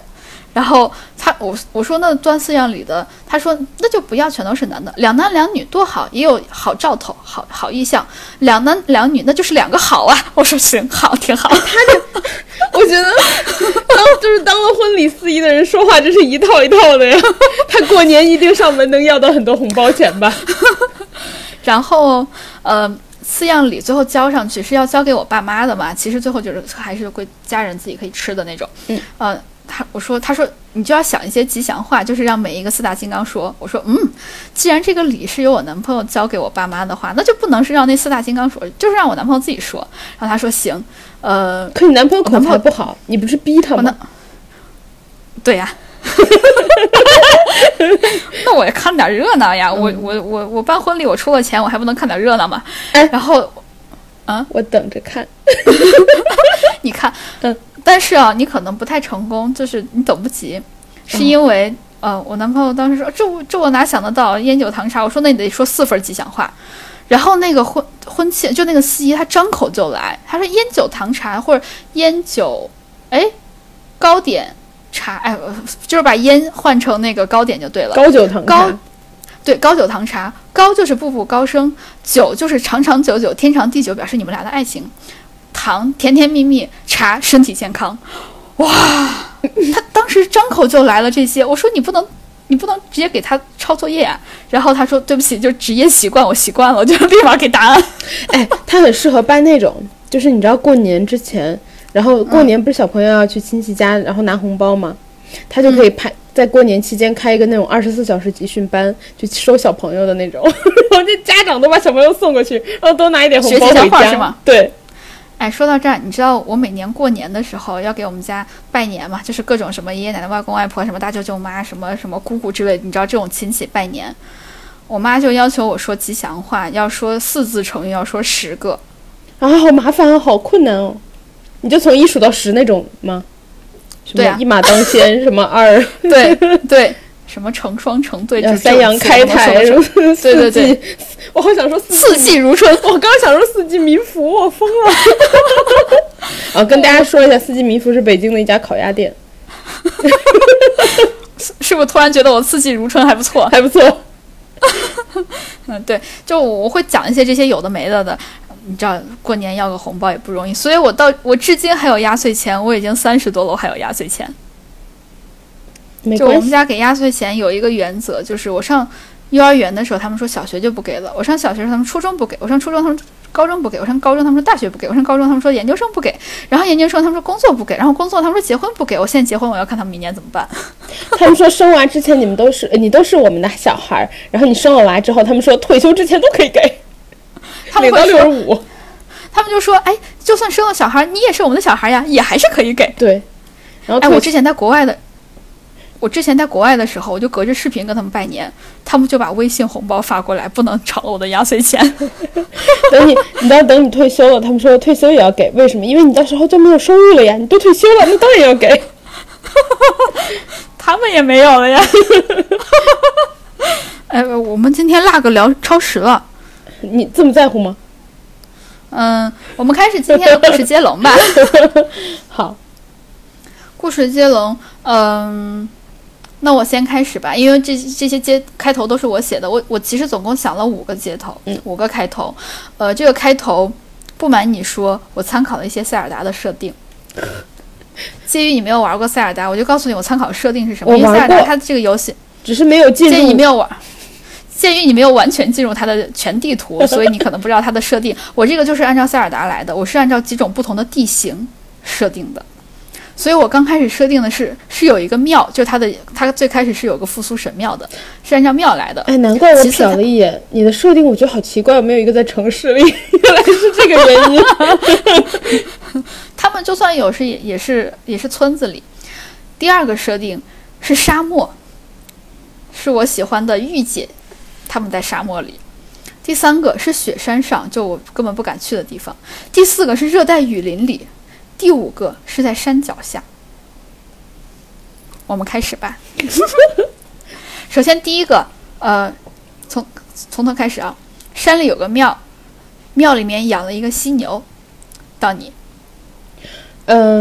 然后我说那端饲养里的，他说那就不要全都是男的，两男两女多好，也有好兆头，好意象。两男两女那就是2个好啊。我说行，好，挺好。 我觉得当了婚礼司仪的人说话真是一套一套的呀。他过年一定上门能要到很多红包钱吧？ 然后饲养礼最后交上去是要交给我爸妈的嘛，其实最后就是还是归家人自己可以吃的那种。他说你就要想一些吉祥话，就是让每一个4大金刚说。我说既然这个礼是由我男朋友交给我爸妈的话，那就不能是让那4大金刚说，就是让我男朋友自己说。然后他说行。 可你男朋友口才不好，你不是逼他吗？ 对呀。那我也看点热闹呀。我办婚礼我出了钱，我还不能看点热闹吗？然后我等着看。 你看但是你可能不太成功，就是你等不及，是因为我男朋友当时说这我哪想得到，烟酒糖茶。我说那你得说4份吉祥话。然后那个婚庆就那个司仪他张口就来，他说烟酒糖茶或者烟酒糕点茶，就是把烟换成那个糕点就对了。 高酒糖茶。 对，高酒糖茶，高就是步步高升，酒就是长长久久，天长地久，表示你们俩的爱情。糖甜甜蜜蜜，茶身体健康。哇，他当时张口就来了这些。我说你不能直接给他抄作业啊。然后他说对不起，就职业习惯，我习惯了，我就立马给答案。 他很适合办那种，就是你知道过年之前，然后过年不是小朋友要去亲戚家然后拿红包吗？他就可以在过年期间开一个那种24小时集训班，就收小朋友的那种。然后这家长都把小朋友送过去，然后多拿一点红包回家。学吉祥话是吗？ 对。 说到这儿，你知道我每年过年的时候要给我们家拜年嘛，就是各种什么爷爷奶奶、外公外婆、什么大舅舅妈、什么姑姑之类的，你知道这种亲戚拜年，我妈就要求我说吉祥话，要说4字成语，要说10个。 好麻烦啊，好困难哦。你就从1数到10那种吗？ 对啊， 一马当先，什么2？ 对。什么成双成对， 三阳开泰， 对， 我好想说四季如春。 我刚想说四季民福，我疯了。跟大家说一下，四季民福是北京的一家烤鸭店。 是不是突然觉得我四季如春还不错？ 还不错。 对，就我会讲一些这些有的没的。你知道过年要个红包也不容易，所以我至今还有压岁钱，我已经30多了，我还有压岁钱。就我们家给压岁钱有一个原则，就是我上幼儿园的时候他们说小学就不给了，我上小学的时候他们初中不给，我上初中他们高中不给，我上高中他们说大学不给，我上高中他们说研究生不给，然后研究生他们说工作不给，然后工作他们说结婚不给。我现在结婚，我要看他们明年怎么办。 他们说生娃之前你都是我们的小孩，然后你生了娃之后他们说退休之前都可以给，领到65。 他们就说就算生了小孩你也是我们的小孩呀，也还是可以给。 对，然后我之前在国外的时候，我就隔着视频跟他们拜年，他们就把微信红包发过来，不能少了我的压岁钱。 等你退休了，他们说退休也要给，为什么？因为你到时候就没有收入了呀，你都退休了，那当然要给。 他们也没有了呀。我们今天落个聊超时了， 你这么在乎吗？ 我们开始今天的故事接龙吧。 好， 故事接龙，那我先开始吧，因为这些开头都是我写的。我其实总共想了5个接头，5个开头。这个开头不瞒你说，我参考了一些塞尔达的设定。介于你没有玩过塞尔达，我就告诉你我参考的设定是什么。因为塞尔达它这个游戏只是没有进入， 介于你没有完全进入它的全地图，所以你可能不知道它的设定。我这个就是按照塞尔达来的，我是按照几种不同的地形设定的。所以我刚开始设定的是有一个庙，就它最开始是有个复苏神庙的，是按照庙来的。 难怪我瞟了一眼你的设定，我觉得好奇怪，没有一个在城市里，原来是这个原因。 他们就算有也是村子里。第2个设定是沙漠，是我喜欢的御姐，他们在沙漠里。第3个是雪山上，就我根本不敢去的地方。第4个是热带雨林里。第5个是在山脚下。我们开始吧。首先第一个，从头开始啊。山里有个庙，庙里面养了一个犀牛。到你。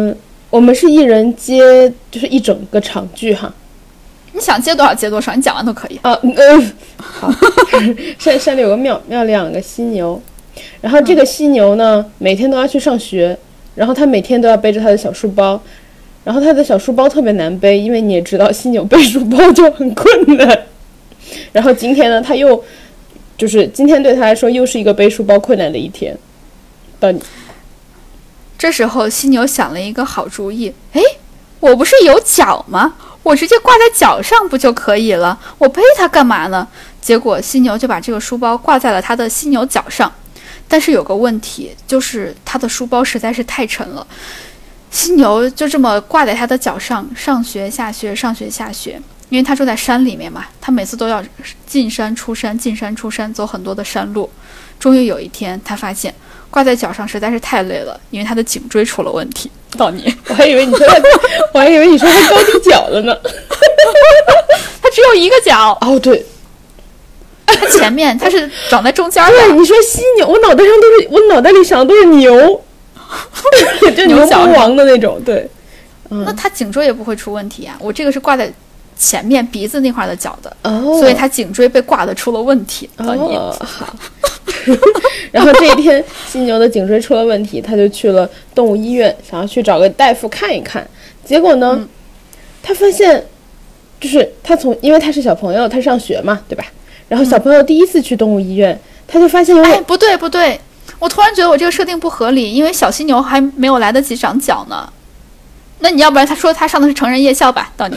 我们是一人接就是一整个场剧哈。 你想接多少接多少，你讲完都可以。 好，山里有个庙里养个犀牛，然后这个犀牛呢，每天都要去上学，然后他每天都要背着他的小书包，然后他的小书包特别难背，因为你也知道犀牛背书包就很困难。然后今天呢，今天对他来说又是一个背书包困难的一天。到你这时候犀牛想了一个好主意，诶，我不是有脚吗？我直接挂在脚上不就可以了？我背它干嘛呢？结果犀牛就把这个书包挂在了他的犀牛角上，但是有个问题，就是他的书包实在是太沉了。犀牛就这么挂在他的脚上，上学下学，上学下学。因为他住在山里面嘛，他每次都要进山出山，进山出山，走很多的山路。终于有一天，他发现挂在脚上实在是太累了，因为他的颈椎出了问题。到你， 我还以为你说他高低脚了呢。 他只有一个脚。 哦，对， 他前面他是长在中间的。 对，你说犀牛，我脑袋里想的都是牛，就牛魔王的那种。对， 那他颈椎也不会出问题啊。我这个是挂在前面鼻子那块的脚的， 所以他颈椎被挂的出了问题。 好。然后这一天，犀牛的颈椎出了问题，他就去了动物医院，想要去找个大夫看一看。结果呢，他发现，就是因为他是小朋友，他上学嘛，对吧？然后小朋友第一次去动物医院，他就发现不对，我突然觉得我这个设定不合理，因为小犀牛还没有来得及长脚呢。那你要不然他说他上的是成人夜校吧？到你。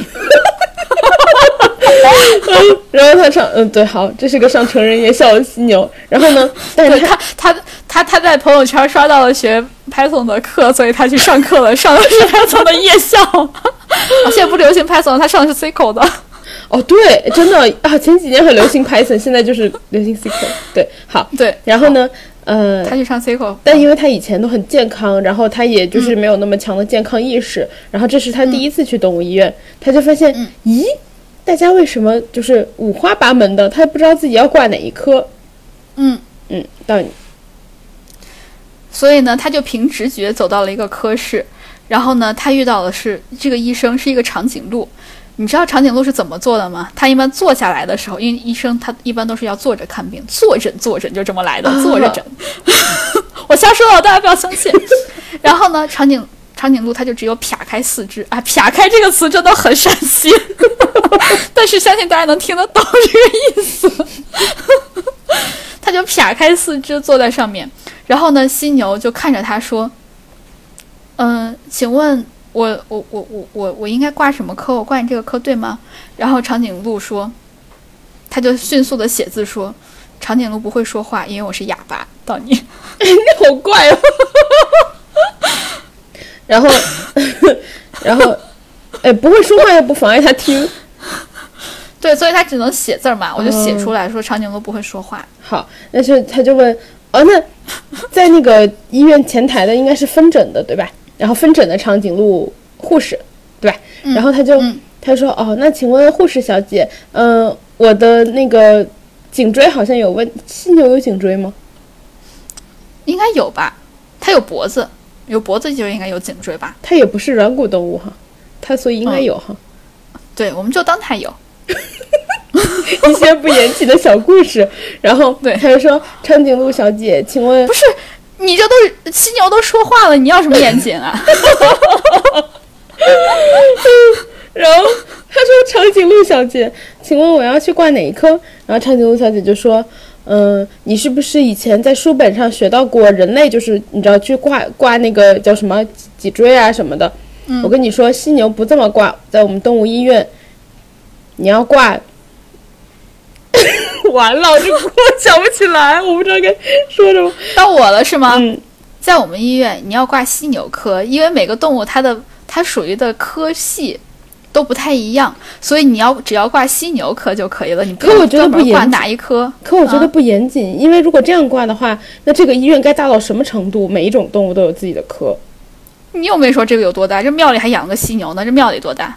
然后他上对，好，这是个上成人夜校的犀牛。然后呢，但是他在朋友圈刷到了学 Python 的课，所以他去上课了，上的是 Python 的夜校。现在不流行 Python， 他上的是 SQL 的。 哦，对，真的啊，前几年很流行 Python， 现在就是流行 SQL。对，好， 对。 然后呢， 他去上 SQL， 但因为他以前都很健康，然后他也就是没有那么强的健康意识，然后这是他第一次去动物医院，他就发现，咦，大家为什么就是五花八门的，他也不知道自己要挂哪一科。到你。 所以呢，他就凭直觉走到了一个科室，然后呢，他遇到的是这个医生是一个长颈鹿。你知道长颈鹿是怎么做的吗？他一般坐下来的时候，因为医生他一般都是要坐着看病，坐诊就这么来的，坐着诊。我瞎说了，大家不要相信。然后呢，长颈鹿它就只有撇开四肢啊，撇开这个词真的很陕西，但是相信大家能听得懂这个意思。它就撇开四肢坐在上面，然后呢，犀牛就看着他说：“请问我应该挂什么科？我挂你这个科对吗？”然后长颈鹿说，他就迅速的写字说：“长颈鹿不会说话，因为我是哑巴。”到你， 你好怪哦。然后，不会说话又不妨碍他听。 对，所以他只能写字嘛，我就写出来说长颈鹿不会说话。 好，但是他就问，那在那个医院前台的应该是分诊的对吧？然后分诊的长颈鹿护士对吧？然后他说，那请问护士小姐，我的那个颈椎好像有问，犀牛有颈椎吗？ 应该有吧，它有脖子就应该有颈椎吧。 它也不是软骨动物哈，它所以应该有哈。 对，我们就当它有。 一些不言弃的小故事，然后对， 他就说：“长颈鹿小姐，请问不是你这都犀牛都说话了，你要什么严谨啊？” 然后他说：“长颈鹿小姐，请问我要去挂哪一科？”然后长颈鹿小姐就说：“你是不是以前在书本上学到过人类就是你知道去挂那个叫什么脊椎啊什么的？我跟你说，犀牛不这么挂，在我们动物医院，你要挂。”完了，我想不起来，我不知道该说什么。 到我了是吗？在我们医院，你要挂犀牛科，因为每个动物它属于的科系都不太一样，所以你只要挂犀牛科就可以了。你不用专门挂哪一科。 可我觉得不严谨，因为如果这样挂的话，那这个医院该大到什么程度？每一种动物都有自己的科。 你又没说这个有多大，这庙里还养个犀牛呢，这庙里多大？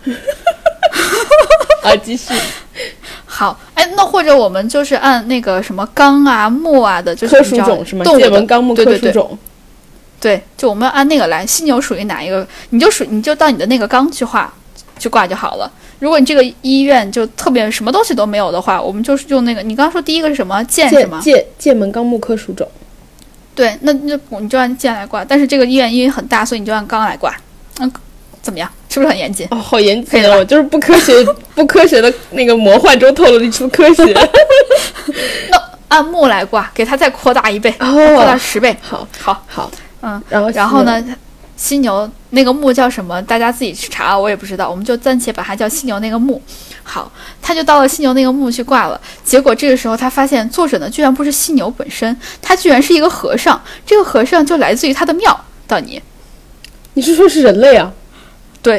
继续。 好，那或者我们就是按那个什么纲啊、目啊的，就是科属种是吗？介文纲目科属种。 对，就我们要按那个来，犀牛属于哪一个，你就到你的那个缸去画去挂就好了。如果你这个医院就特别什么东西都没有的话，我们就是用那个，你刚刚说第一个是什么剑是吗？ 剑门纲目科属种。 对，那你就按剑来挂，但是这个医院因为很大，所以你就按缸来挂。怎么样？是不是很严谨？ 哦，好严谨哦！就是不科学的那个魔幻中透露出科学。 那按木来挂，给它再扩大1倍，扩大10倍。好，然后呢？犀牛那个木叫什么？大家自己去查，我也不知道，我们就暂且把它叫犀牛那个木。好，他就到了犀牛那个木去挂了。结果这个时候他发现作者呢居然不是犀牛本身，他居然是一个和尚。这个和尚就来自于他的庙。到你是说是人类啊？ 对。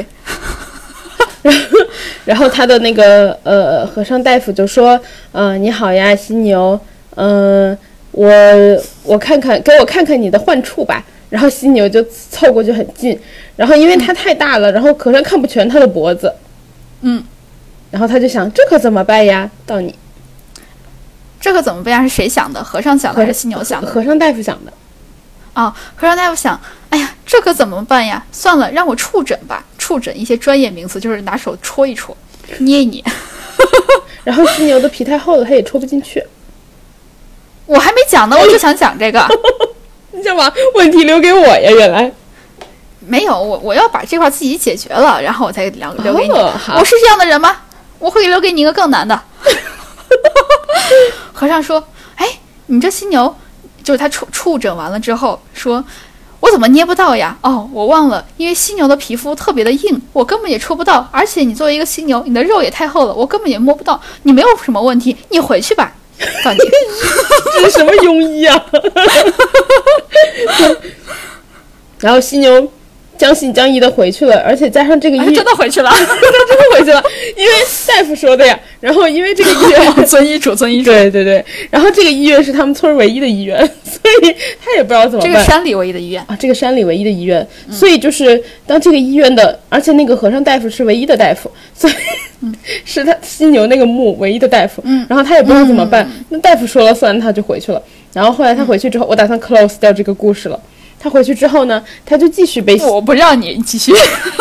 然后他的那个和尚大夫就说，你好呀，犀牛，我看看，给我看看你的患处吧。然后犀牛就凑过去很近，然后因为它太大了，然后和尚看不全它的脖子，然后他就想这可怎么办呀？到你这可怎么办呀？是谁想的？和尚想的还是犀牛想的？ 和尚大夫想的。 和尚大夫想，哎呀，这可怎么办呀？算了，让我触诊吧。触诊一些专业名词就是拿手戳一戳，捏一捏。 然后犀牛的皮太厚了，它也戳不进去。 我还没讲呢，我就想讲这个。 你想把问题留给我呀？原来没有，我要把这块自己解决了，然后我才留给你。 我是这样的人吗？我会留给你一个更难的。和尚说：“哎，你这犀牛，就是他触诊完了之后说，我怎么捏不到呀？哦，我忘了，因为犀牛的皮肤特别的硬，我根本也戳不到。而且你作为一个犀牛，你的肉也太厚了，我根本也摸不到。你没有什么问题，你回去吧。”到你这是什么庸医啊？然后犀牛将信将疑的回去了，而且加上这个医院真的回去了， 真的回去了，因为大夫说的呀。然后因为这个医院遵医嘱， 对。然后这个医院是他们村唯一的医院，所以他也不知道怎么办。 这个山里唯一的医院啊，这个山里唯一的医院，所以就是当这个医院的，而且那个和尚大夫是唯一的大夫，所以是他犀牛那个墓唯一的大夫。然后他也不知道怎么办，那大夫说了算，他就回去了。然后后来他回去之后，我打算 close 掉这个故事了。他回去之后呢，他就继续被我不让你继续。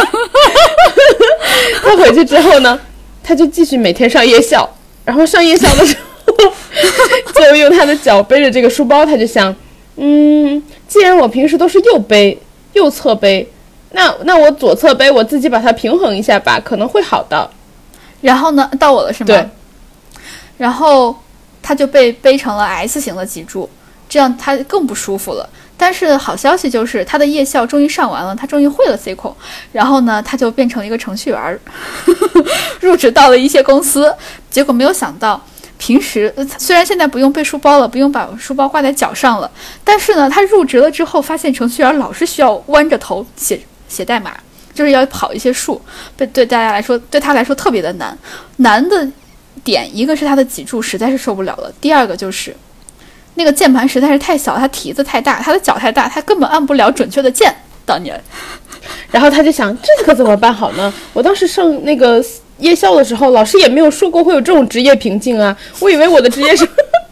他回去之后呢，他就继续每天上夜校，然后上夜校的时候就用他的脚背着这个书包，他就想，既然我平时都是右侧背，那我左侧背，我自己把它平衡一下吧，可能会好的。 然后呢，到我了是吗？ 对。 然后他就被背成了 S 型的脊柱，这样他更不舒服了。但是好消息就是他的夜校终于上完了，他终于会了 SQL， 然后呢他就变成了一个程序员，入职到了一些公司。结果没有想到，平时虽然现在不用背书包了，不用把书包挂在脚上了，但是呢他入职了之后发现程序员老是需要弯着头写代码，就是要跑一些数，对他来说特别的难的点，一个是他的脊柱实在是受不了了，第二个就是那个键盘实在是太小，他蹄子太大，他的脚太大，他根本按不了准确的键。当年， 然后他就想，这可怎么办好呢？我当时上那个夜校的时候，老师也没有说过会有这种职业瓶颈啊。我以为我的职业生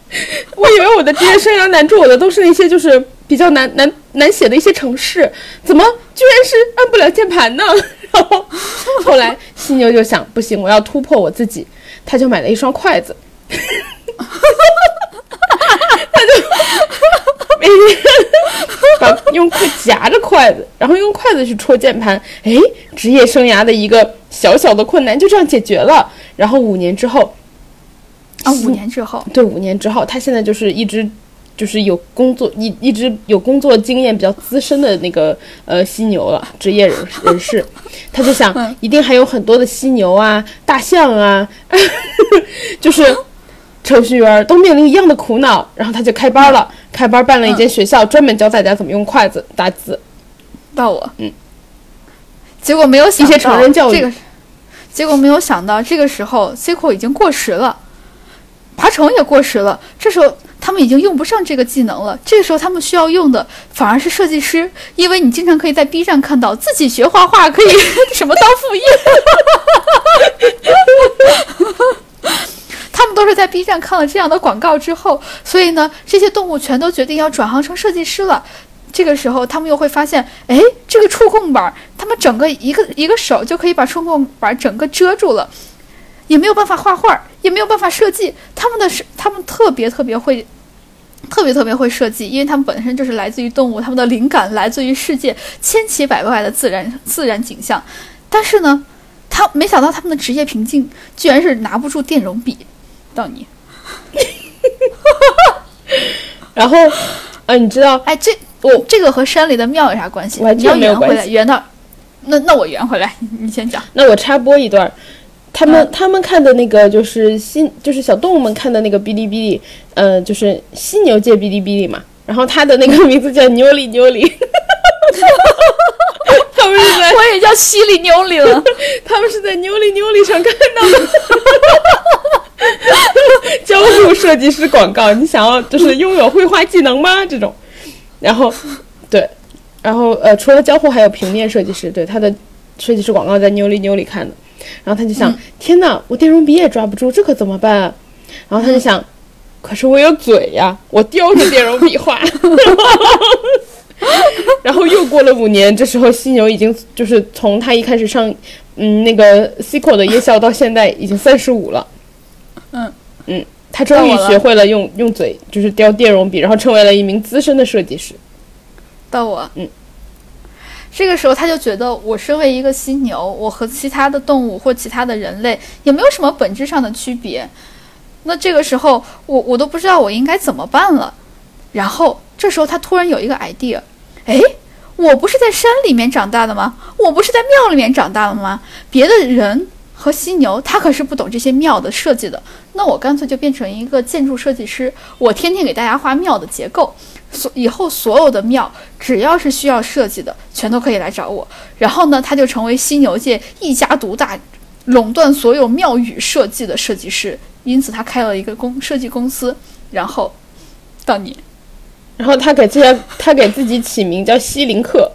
涯难住我的都是那些就是比较难写的一些程式，怎么居然是按不了键盘呢？然后后来犀牛就想，不行，我要突破我自己，他就买了一双筷子。他就每天用夹着筷子，然后用筷子去戳键盘。职业生涯的一个小小的困难就这样解决了。然后5年之后 ，5年之后， 对，5年之后，他现在就是一直就是有工作，一直有工作经验比较资深的那个犀牛了，职业人士。他就想，一定还有很多的犀牛啊、大象啊，就是程序员都面临一样的苦恼。然后他就开班了，开班办了一间学校，专门教大家怎么用筷子打字。 到我，结果没有想到一些成人教育， 结果没有想到这个时候 SQL 已经过时了，爬虫也过时了，这时候他们已经用不上这个技能了。这个时候他们需要用的反而是设计师，因为你经常可以在 B 站看到自己学画画可以什么当副业。他们都是在 B 站看了这样的广告之后，所以呢，这些动物全都决定要转行成设计师了。 这个时候他们又会发现，哎，这个触控板他们整个一个手就可以把触控板整个遮住了，也没有办法画画，也没有办法设计。他们特别会设计，因为他们本身就是来自于动物，他们的灵感来自于世界千奇百怪的自然景象。但是呢，没想到他们的职业瓶颈居然是拿不住电容笔。到你然后你知道， 哎，这个和山里的庙有啥关系？ 完全没有关系。 你要圆回来，圆到那我圆回来，你先讲。 那我插播一段，他们看的那个就是小动物们看的那个哔哩哔哩，就是犀牛界哔哩哔哩嘛。然后它的那个名字叫妞里妞里，他们是在我也叫犀里妞里了， 他们是在妞里妞里上看到的。交互设计师广告，你想要就是拥有绘画技能吗？这种，然后除了交互还有平面设计师，对，他的设计师广告在妞里妞里看的。然后他就想，天哪，我电容笔也抓不住，这可怎么办啊？然后他就想，可是我有嘴呀，我叼着电容笔画。然后又过了5年，这时候犀牛已经就是从他一开始上那个 Cico 的夜校到现在已经35了。他终于学会了用嘴就是叼电容笔，然后成为了一名资深的设计师。 到我这个时候他就觉得，我身为一个犀牛，我和其他的动物或其他的人类也没有什么本质上的区别。那这个时候我都不知道我应该怎么办了。然后这时候他突然有一个 idea， 哎，我不是在山里面长大的吗？我不是在庙里面长大的吗？别的人和犀牛他可是不懂这些庙的设计的，那我干脆就变成一个建筑设计师，我天天给大家画庙的结构，以后所有的庙只要是需要设计的全都可以来找我。然后呢，他就成为犀牛界一家独大，垄断所有庙宇设计的设计师，因此他开了一个设计公司。然后到你， 然后他给自己起名叫希林克。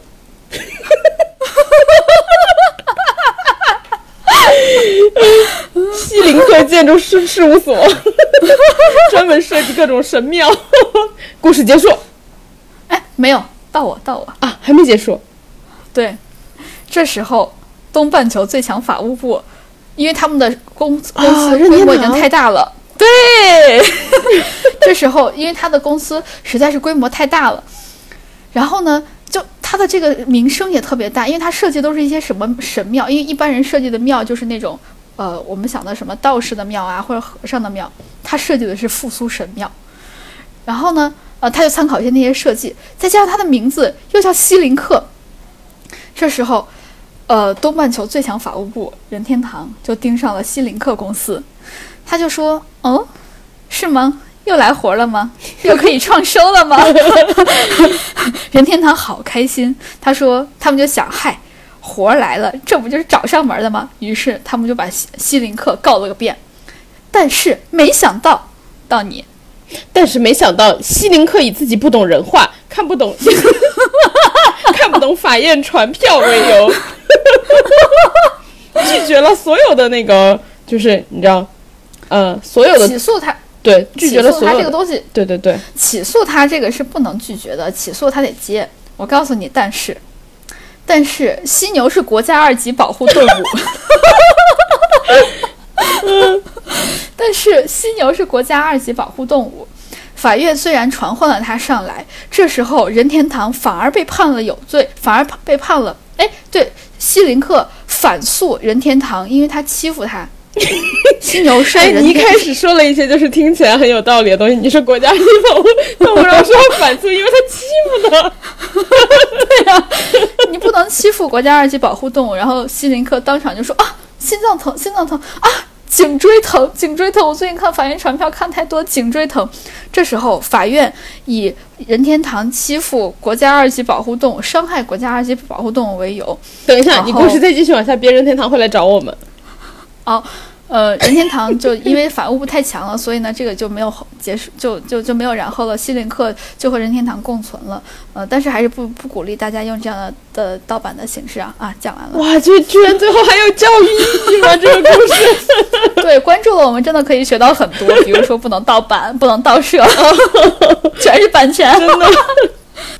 希林克建筑事务所，专门设计各种神庙。故事结束。 哎，没有，到我啊，还没结束。 对，这时候东半球最强法务部，因为他们的公司规模已经太大了。对，这时候因为他的公司实在是规模太大了，然后呢，就他的这个名声也特别大，因为他设计都是一些什么神庙，因为一般人设计的庙就是那种我们想的什么道士的庙啊，或者和尚的庙，他设计的是复苏神庙。然后呢，他就参考一些那些设计，再加上他的名字又叫希林克。这时候，东半球最强法务部任天堂就盯上了希林克公司，他就说：“哦，是吗？又来活了吗？又可以创收了吗？”任天堂好开心，他说他们就想，嗨，活来了，这不就是找上门的吗？于是他们就把希林克告了个遍。但是没想到，到你。 但是没想到，希林克以自己不懂人话，看不懂法院传票为由，拒绝了所有的那个，就是你知道，所有的起诉他， 对，拒绝了所有的起诉他这个东西， 对， 起诉他这个是不能拒绝的，起诉他得接。我告诉你，但是犀牛是国家2级保护动物。但是犀牛是国家2级保护动物，法院虽然传唤了他上来，这时候任天堂反而被判了有罪，反而被判了，对，希林克反诉任天堂，因为他欺负他。犀牛是你一开始说了一些就是听起来很有道理的东西，你说国家2级保护动物，然后说反诉，因为他欺负他。 对呀，你不能欺负国家2级保护动物。然后希林克当场就说啊，心脏疼啊，颈椎疼，我最近看法院传票看太多，颈椎疼。这时候法院以任天堂欺负国家2级保护动物，伤害国家2级保护动物为由。 等一下，你故事再继续往下编，任天堂会来找我们。 任天堂就因为法务部太强了，所以呢，这个就没有结束，就没有然后了。希林克就和任天堂共存了，但是还是不鼓励大家用这样的盗版的形式啊。讲完了。 哇，这居然最后还有教育意义吗？这个故事。 对，关注了我们真的可以学到很多，比如说不能盗版，不能盗摄，全是版权。 真的。好，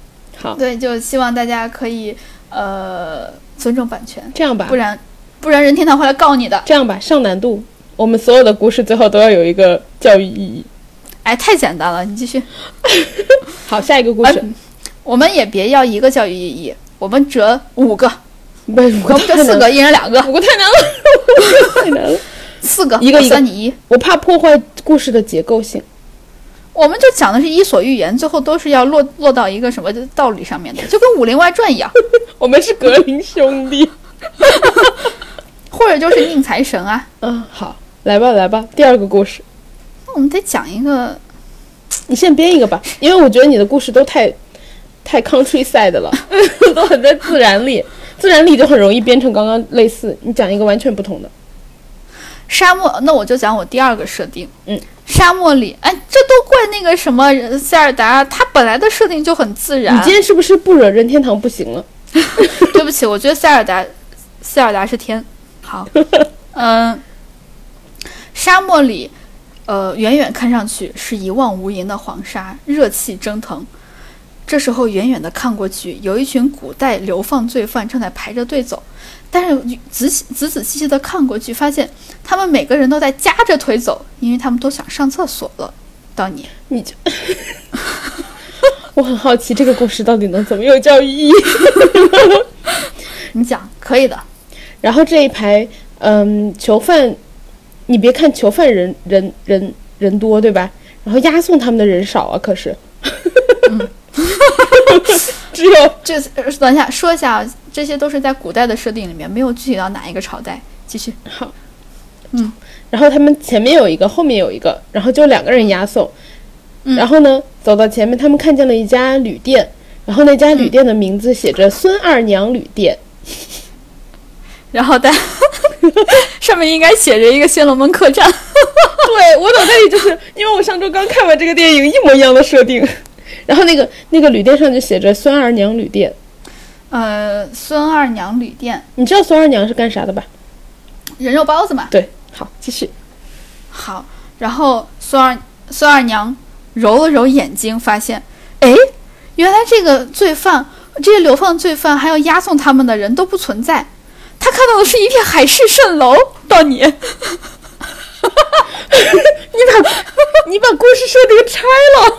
好， 对，就希望大家可以尊重版权， 这样吧， 不然任天堂会来告你的。 这样吧，上难度，我们所有的故事最后都要有一个教育意义。 哎，太简单了，你继续。 好，下一个故事。 我们也别要一个教育意义，我们折5个， 不，5个我们折4个，一人2个。 5个太难了，太难了。 4个， 一个算你1。 我怕破坏故事的结构性。 我们就讲的是伊索寓言，最后都是要落到一个什么道理上面的，就跟《武林外传》一样。 我们是格林兄弟， 或者就是宁财神啊。 好，来吧，第2个故事。 我们得讲一个， 你先编一个吧，因为我觉得你的故事都太 countryside 了，都很在自然里就很容易编成刚刚类似。你讲一个完全不同的。 沙漠，那我就讲我第2个设定。沙漠里，哎，这都怪那个什么塞尔达，他本来的设定就很自然。 你今天是不是不惹任天堂不行了？ 对不起，我觉得塞尔达是天。好，沙漠里，远远看上去是一望无垠的黄沙，热气蒸腾。这时候远远的看过去，有一群古代流放罪犯正在排着队走，但是仔细细的看过去，发现他们每个人都在夹着腿走，因为他们都想上厕所了。到你就我很好奇这个故事到底能怎么有教育意义。 你讲可以的。 然后这一排囚犯，你别看囚犯人多对吧，然后押送他们的人少啊，可是只有等一下说一下，这些都是在古代的设定里面，没有具体到哪一个朝代。继续。 好，然后他们前面有一个，后面有一个，然后就2个人押送。然后呢，走到前面，他们看见了一家旅店，然后那家旅店的名字写着孙二娘旅店。 然后上面应该写着一个仙龙门客栈。 对，我脑袋里就是因为我上周刚看完这个电影，一模一样的设定。然后那个旅店上就写着孙二娘旅店。 孙二娘旅店， 你知道孙二娘是干啥的吧？ 人肉包子嘛。 对，好，继续。 好，然后孙二娘揉了揉眼睛，发现，哎，原来这些流放罪犯还有押送他们的人都不存在。他看到的是一片海市蜃楼。到你。 你把故事设定拆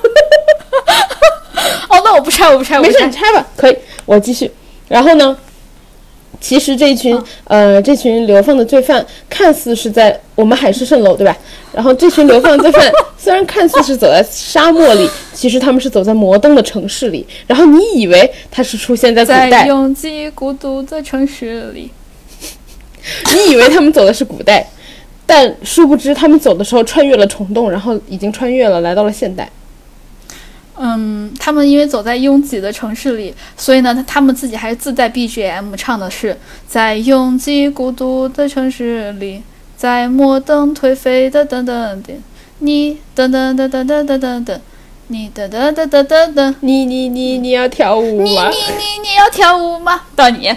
了。 哦，那我不拆， 没事，你拆吧，可以，我继续。然后呢，其实这群流放的罪犯看似是在我们海市蜃楼，对吧？然后这群流放罪犯虽然看似是走在沙漠里，其实他们是走在摩登的城市里。然后你以为他是出现在古代， 在拥挤孤独的城市里， 你以为他们走的是古代，但殊不知他们走的时候穿越了虫洞，然后已经穿越了，来到了现代。 他们因为走在拥挤的城市里，所以呢，他们自己还自带 BGM， 唱的是在拥挤孤独的城市里，在摩登颓废的等等等，你等等等等等等等等，你等等等等等等， 你要跳舞吗？ 你要跳舞吗？到你。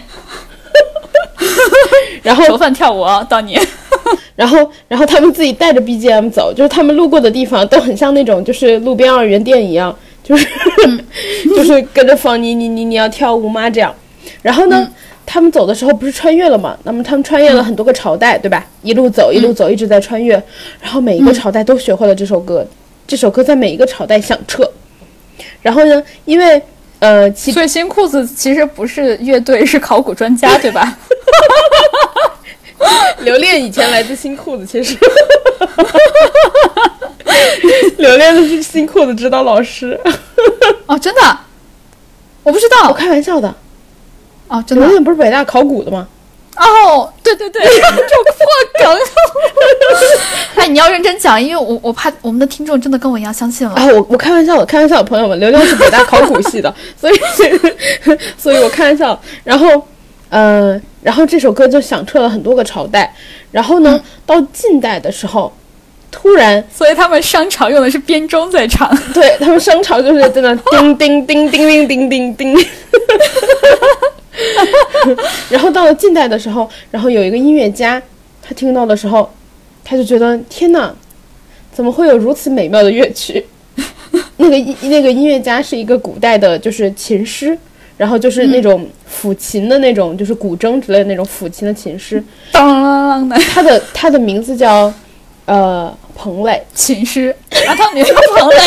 然后囚犯跳舞啊，到你。 然后他们自己带着 BGM 走，就是他们路过的地方都很像那种就是路边2元店一样，就是就是跟着放你要跳舞吗这样。然后呢，他们走的时候不是穿越了吗？那么他们穿越了很多个朝代，对吧？一路走，一直在穿越，然后每一个朝代都学会了这首歌，这首歌在每一个朝代响彻。然后呢，因为所以新裤子其实不是乐队，是考古专家，对吧？ 留恋以前来自新裤子，其实留恋的是新裤子指导老师。 哦，真的？我不知道， 我开玩笑的。 哦，真的？ 留恋不是北大考古的吗？ 哦，对，这种破梗。哎，你要认真讲，因为我怕我们的听众真的跟我一样相信了。 啊，我开玩笑的，朋友们，刘亮是北大考古系的，所以我开玩笑。然后这首歌就响彻了很多个朝代。然后呢，到近代的时候，突然， 所以他们商朝用的是编钟在唱。 对，他们商朝就是在那叮叮叮叮叮叮叮叮。然后到了近代的时候，然后有一个音乐家，他听到的时候，他就觉得天哪，怎么会有如此美妙的乐曲？ 那个音乐家是一个古代的，就是琴师，然后就是那种抚琴的那种，就是古筝之类的那种抚琴的琴师， 当啷啷的。 他的名字叫彭磊， 琴师啊，他名字彭磊。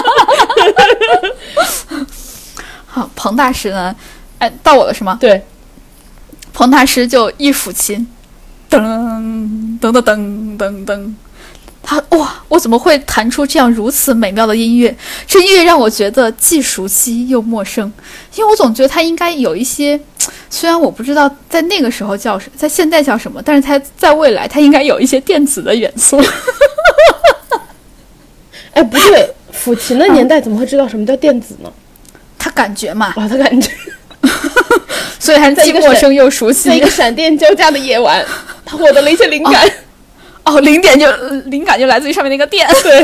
好，彭大师呢？哎，到我了是吗？ 对， 彭大师就一抚琴，噔噔噔噔噔噔。哇！我怎么会弹出这样如此美妙的音乐？这音乐让我觉得既熟悉又陌生，因为我总觉得它应该有一些，虽然我不知道在那个时候叫什么，在现在叫什么，但是它在未来它应该有一些电子的元素。 哎，不对，抚琴的年代怎么会知道什么叫电子呢？ 他感觉嘛， 他感觉， 所以还既陌生又熟悉。 在一个闪电交加的夜晚，他获得了一些灵感。 灵感就来自于上面那个电。 对，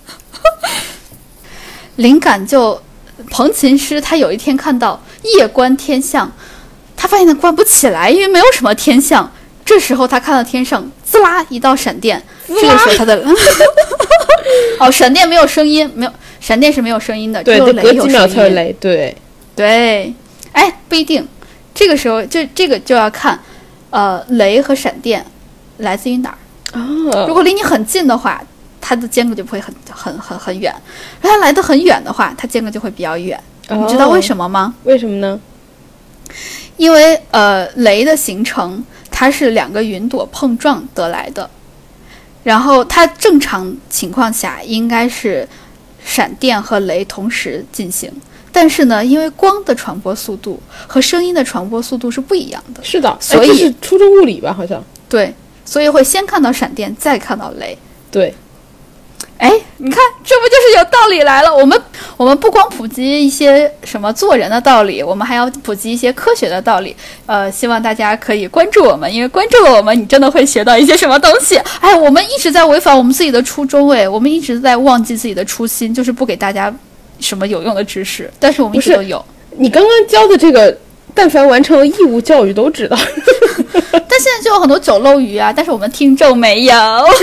灵感就彭琴师他有一天看到夜观天象，他发现他观不起来，因为没有什么天象。这时候他看到天上滋啦一道闪电，这个时候他的闪电没有声音，没有闪电是没有声音的，只有雷有声音。 对，隔几秒才有雷。 对，哎，不一定，这个时候这个就要看雷和闪电来自于哪儿。如果离你很近的话，它的间隔就不会很远；如果它来得很远的话，它间隔就会比较远。你知道为什么吗？ 为什么呢？ 因为雷的形成它是两个云朵碰撞得来的，然后它正常情况下应该是闪电和雷同时进行，但是呢，因为光的传播速度和声音的传播速度是不一样的。 是的， 所以这是初中物理吧？好像对。所以会先看到闪电，再看到雷。 对， 哎，你看，这不就是有道理来了？我们不光普及一些什么做人的道理，我们还要普及一些科学的道理。希望大家可以关注我们，因为关注了我们，你真的会学到一些什么东西。哎，我们一直在违反我们自己的初衷，我们一直在忘记自己的初心，就是不给大家什么有用的知识，但是我们一直都有。 你刚刚教的这个，但凡完成了义务教育都知道。 但现在就有很多酒漏鱼啊，但是我们听众没有。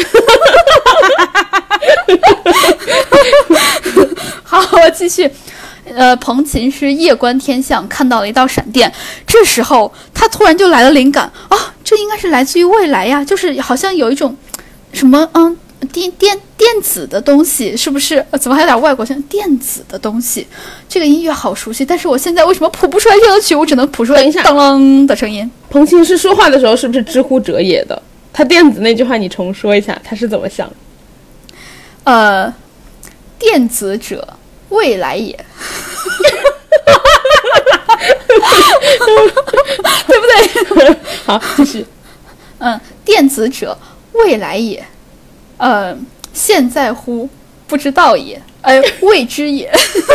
好，我继续。彭琴师夜观天象，看到了一道闪电。这时候他突然就来了灵感啊，这应该是来自于未来呀，就是好像有一种什么电子的东西，是不是？怎么还有点外国像电子的东西？这个音乐好熟悉，但是我现在为什么谱不出来这个曲？我只能谱出来当啷的声音。 彭琴师说话的时候是不是知乎者也的？他电子那句话你重说一下，他是怎么想？ 电子者，未来也。对不对？ 好，继续。 电子者，未来也。现在乎不知道也，未知也。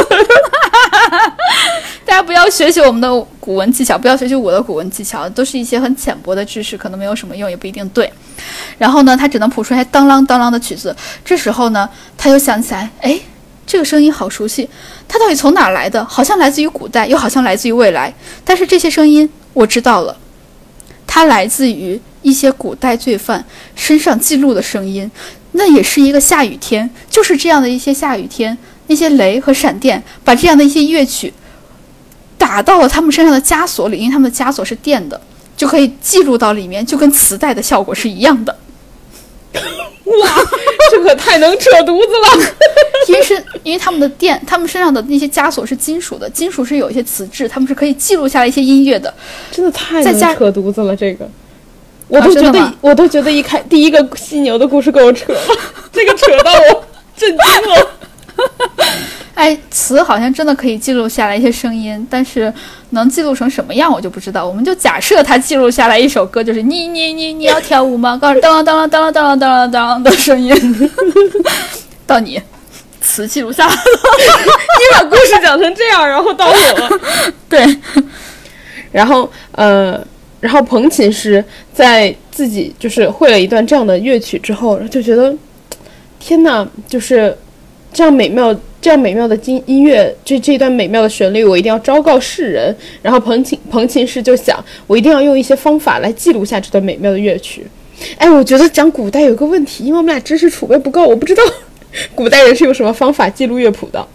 大家不要学习我们的古文技巧，不要学习我的古文技巧，都是一些很浅薄的知识，可能没有什么用，也不一定对。然后呢，他只能谱出来当啷当啷的曲子。这时候呢，他又想起来，哎，这个声音好熟悉，它到底从哪来的？好像来自于古代，又好像来自于未来。但是这些声音我知道了，它来自于一些古代罪犯身上记录的声音。那也是一个下雨天，就是这样的一些下雨天，那些雷和闪电把这样的一些乐曲打到了他们身上的枷锁里，因为他们的枷锁是电的，就可以记录到里面，就跟磁带的效果是一样的。 哇，这可太能扯犊子了！ 因为他们的电，他们身上的那些枷锁是金属的，金属是有一些磁质，他们是可以记录下来一些音乐的。 真的太能扯犊子了，这个。我都觉得第一个犀牛的故事够扯了，这个扯到我震惊了。 哎，词好像真的可以记录下来一些声音，但是能记录成什么样我就不知道。我们就假设它记录下来一首歌，就是你要跳舞吗？告诉当啷当啷当啷当啷当啷当啷的声音。到你，词记录下来了。 你把故事讲成这样，然后到我了。 对， 然后彭琴师在自己就是会了一段这样的乐曲之后，就觉得天哪，就是这样美妙的音乐，这一段美妙的旋律，我一定要昭告世人。然后彭琴师就想，我一定要用一些方法来记录下这段美妙的乐曲。哎，我觉得讲古代有个问题，因为我们俩知识储备不够，我不知道古代人是用什么方法记录乐谱的。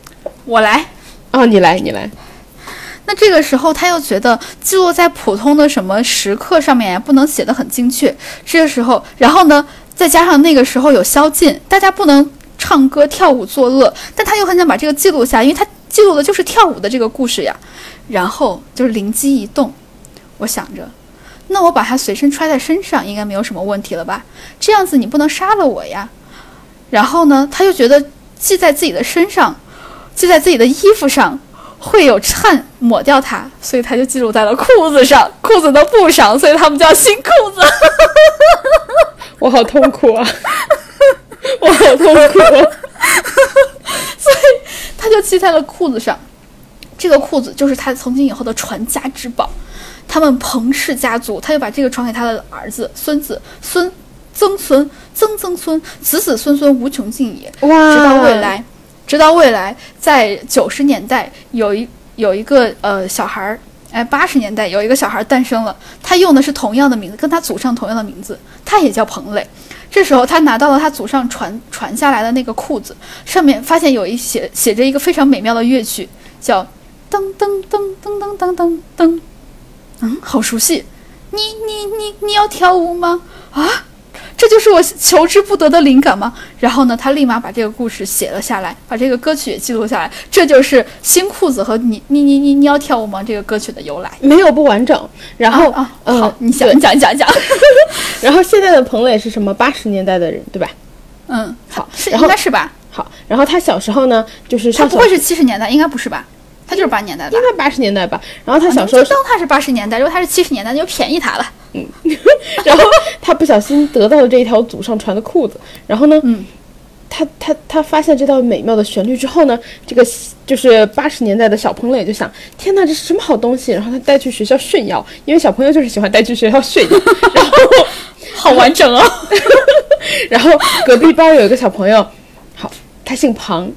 我来。 你来。 那这个时候他又觉得记录在普通的什么时刻上面不能写得很精确，这个时候，然后呢，再加上那个时候有宵禁，大家不能唱歌跳舞作乐，但他又很想把这个记录下，因为他记录的就是跳舞的这个故事呀。然后就是灵机一动，我想着，那我把它随身揣在身上应该没有什么问题了吧，这样子你不能杀了我呀。然后呢，他又觉得系在自己的身上，系在自己的衣服上会有汗抹掉它，所以他就记录在了裤子上，裤子的布上，所以他们叫新裤子。 我好痛苦啊！我好痛苦啊！ 所以他就系在了裤子上，这个裤子就是他从今以后的传家之宝。他们彭氏家族，他就把这个传给他的儿子、孙子、曾孙、曾曾孙、子子孙孙无穷尽也。 哇！ 直到未来，在90年代有一个小孩，80年代有一个小孩诞生了，他用的是同样的名字，跟他祖上同样的名字，他也叫彭磊。这时候他拿到了他祖上传下来的那个裤子，上面发现有写着一个非常美妙的乐曲，叫噔噔噔噔噔噔噔噔。好熟悉。你要跳舞吗？啊，这就是我求之不得的灵感吗？然后呢，他立马把这个故事写了下来，把这个歌曲也记录下来。这就是新裤子和你要跳舞吗这个歌曲的由来。 没有不完整。然后好，你讲。 然后现在的彭磊是什么80年代的人对吧？ 好，应该是吧。 好，然后他小时候呢，就是他不会是70年代，应该不是吧？他就是80年代吧， 应该80年代吧。然后他小时候当他是80年代，如果他是70年代，那就便宜他了。 然后他不小心得到了这一条祖上传的裤子，然后呢，他发现这道美妙的旋律之后呢，这个就是80年代的小彭磊就想，天哪，这是什么好东西？然后他带去学校炫耀，因为小朋友就是喜欢带去学校炫耀。然后好完整哦。 然后隔壁班有一个小朋友，好，他姓庞。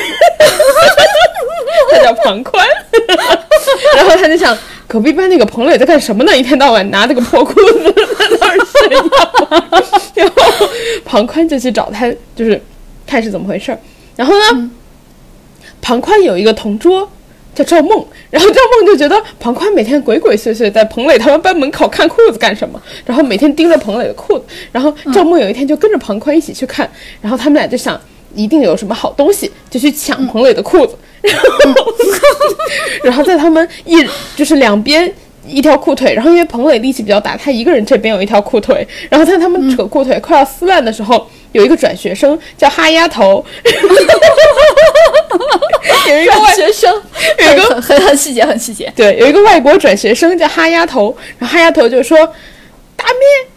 他叫庞宽。然后他就想，隔壁班那个彭磊在干什么呢？一天到晚拿这个破裤子在那儿炫耀。然后庞宽就去找他，就是看是怎么回事。然后呢，庞宽有一个同桌叫赵梦，然后赵梦就觉得庞宽每天鬼鬼祟祟在彭磊他们班门口看裤子干什么，然后每天盯着彭磊的裤子。然后赵梦有一天就跟着庞宽一起去看，然后他们俩就想一定有什么好东西，就去抢彭磊的裤子。然后在他们就是两边一条裤腿，然后因为彭磊力气比较大，他一个人这边有一条裤腿，然后在他们扯裤腿快要撕烂的时候，有一个转学生叫哈丫头。有一个转学生， 有一个很细节，很细节。 对，有一个外国转学生叫哈丫头，然后哈丫头就说打面。